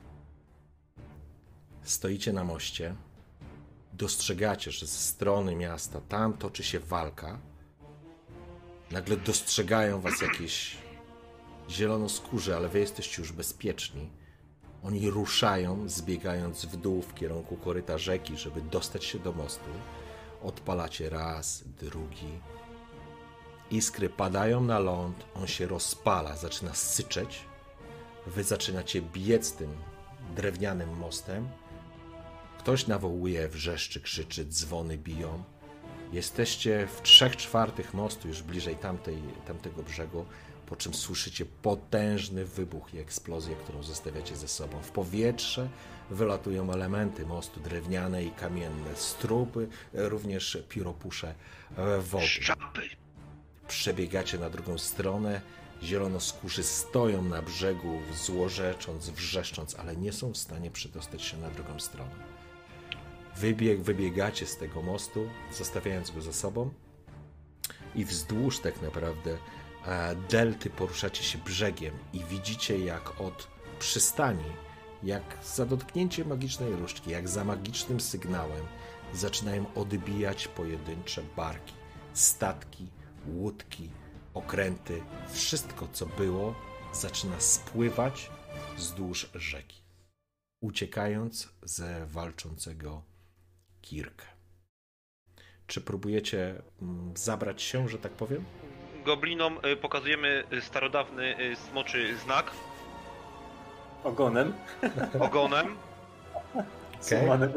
stoicie na moście, dostrzegacie, że ze strony miasta tam toczy się walka. Nagle dostrzegają was jakieś zielonoskórze, ale wy jesteście już bezpieczni. Oni ruszają, zbiegając w dół w kierunku koryta rzeki, żeby dostać się do mostu. Odpalacie raz, drugi. Iskry padają na ląd, on się rozpala, zaczyna syczeć. Wy zaczynacie biec tym drewnianym mostem. Ktoś nawołuje, wrzeszczy, krzyczy, dzwony biją. Jesteście w 3/4 mostu, już bliżej tamtego brzegu, po czym słyszycie potężny wybuch i eksplozję, którą zostawiacie ze sobą. W powietrze wylatują elementy mostu, drewniane i kamienne, strupy, również pióropusze wody. Szczapy! Przebiegacie na drugą stronę, zielonoskórzy stoją na brzegu, złorzecząc, wrzeszcząc, ale nie są w stanie przedostać się na drugą stronę. Wybiegacie z tego mostu, zostawiając go za sobą i wzdłuż tak naprawdę delty poruszacie się brzegiem i widzicie, jak od przystani, jak za dotknięciem magicznej różdżki, jak za magicznym sygnałem zaczynają odbijać pojedyncze barki, statki, łódki, okręty. Wszystko, co było, zaczyna spływać wzdłuż rzeki, uciekając ze walczącego Kirkę. Czy próbujecie zabrać się, że tak powiem? Goblinom pokazujemy starodawny smoczy znak. Ogonem. Ogonem. Okay.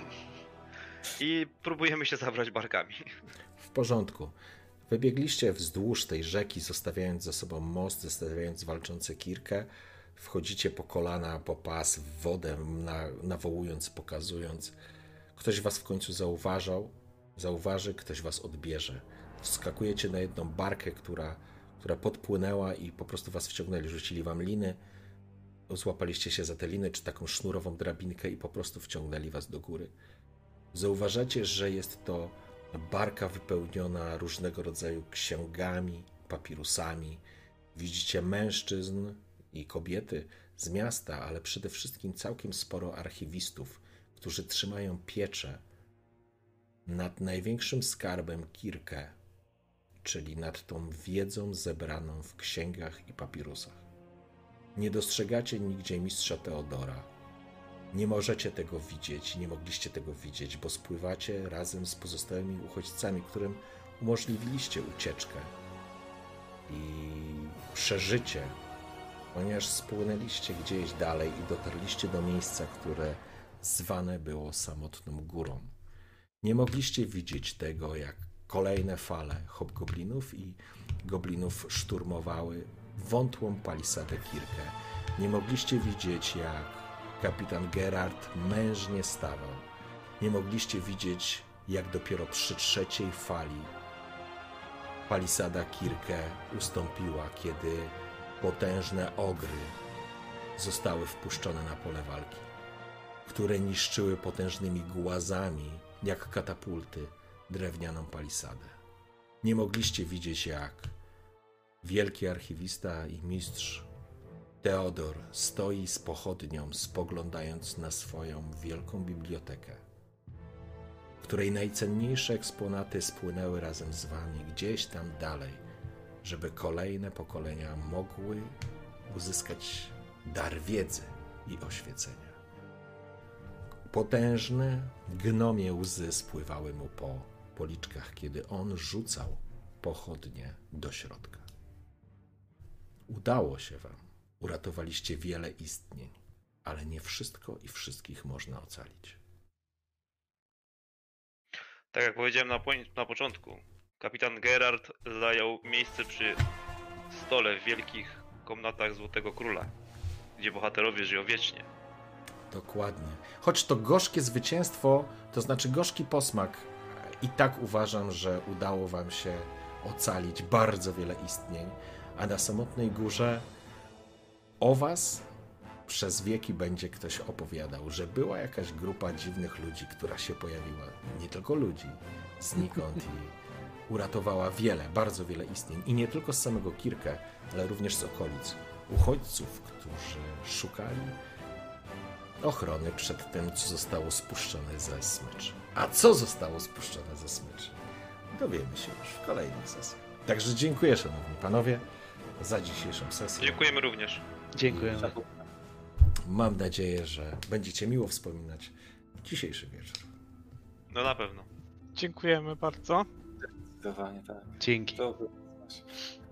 I próbujemy się zabrać barkami. W porządku. Wybiegliście wzdłuż tej rzeki, zostawiając za sobą most, zostawiając walczące Kirkę. Wchodzicie po kolana, po pas w wodę, nawołując, pokazując. Ktoś was w końcu zauważy, ktoś was odbierze. Wskakujecie na jedną barkę, która podpłynęła i po prostu was wciągnęli. Rzucili wam liny, złapaliście się za te liny, czy taką sznurową drabinkę i po prostu wciągnęli was do góry. Zauważacie, że jest to barka wypełniona różnego rodzaju księgami, papirusami. Widzicie mężczyzn i kobiety z miasta, ale przede wszystkim całkiem sporo archiwistów, którzy trzymają pieczę nad największym skarbem Kirkę, czyli nad tą wiedzą zebraną w księgach i papirusach. Nie dostrzegacie nigdzie mistrza Teodora. Nie możecie tego widzieć, nie mogliście tego widzieć, bo spływacie razem z pozostałymi uchodźcami, którym umożliwiliście ucieczkę i przeżycie, ponieważ spłynęliście gdzieś dalej i dotarliście do miejsca, które zwane było samotną górą. Nie mogliście widzieć tego, jak kolejne fale hobgoblinów i goblinów szturmowały wątłą palisadę Kirkę. Nie mogliście widzieć, jak kapitan Gerard mężnie stawał. Nie mogliście widzieć, jak dopiero przy 3. fali palisada Kirkę ustąpiła, kiedy potężne ogry zostały wpuszczone na pole walki. które niszczyły potężnymi głazami, jak katapulty, drewnianą palisadę. Nie mogliście widzieć, jak wielki archiwista i mistrz Teodor stoi z pochodnią, spoglądając na swoją wielką bibliotekę, której najcenniejsze eksponaty spłynęły razem z wami gdzieś tam dalej, żeby kolejne pokolenia mogły uzyskać dar wiedzy i oświecenia. Potężne, gnomie łzy spływały mu po policzkach, kiedy on rzucał pochodnie do środka. Udało się wam. Uratowaliście wiele istnień, ale nie wszystko i wszystkich można ocalić. Tak jak powiedziałem na początku, kapitan Gerard zajął miejsce przy stole w wielkich komnatach Złotego Króla, gdzie bohaterowie żyją wiecznie. Dokładnie. Choć to gorzkie zwycięstwo, to znaczy gorzki posmak, i tak uważam, że udało wam się ocalić bardzo wiele istnień, a na Samotnej Górze o was przez wieki będzie ktoś opowiadał, że była jakaś grupa dziwnych ludzi, która się pojawiła, nie tylko ludzi, znikąd i uratowała wiele, bardzo wiele istnień. I nie tylko z samego Kirke, ale również z okolic. Uchodźców, którzy szukali ochrony przed tym, co zostało spuszczone ze smyczy. A co zostało spuszczone ze smyczy? Dowiemy się już w kolejnych sesjach. Także dziękuję, szanowni panowie, za dzisiejszą sesję. Dziękujemy również. Dziękujemy. Mam nadzieję, że będziecie miło wspominać dzisiejszy wieczór. No na pewno. Dziękujemy bardzo. Zdecydowanie tak. Dzięki. Dobry.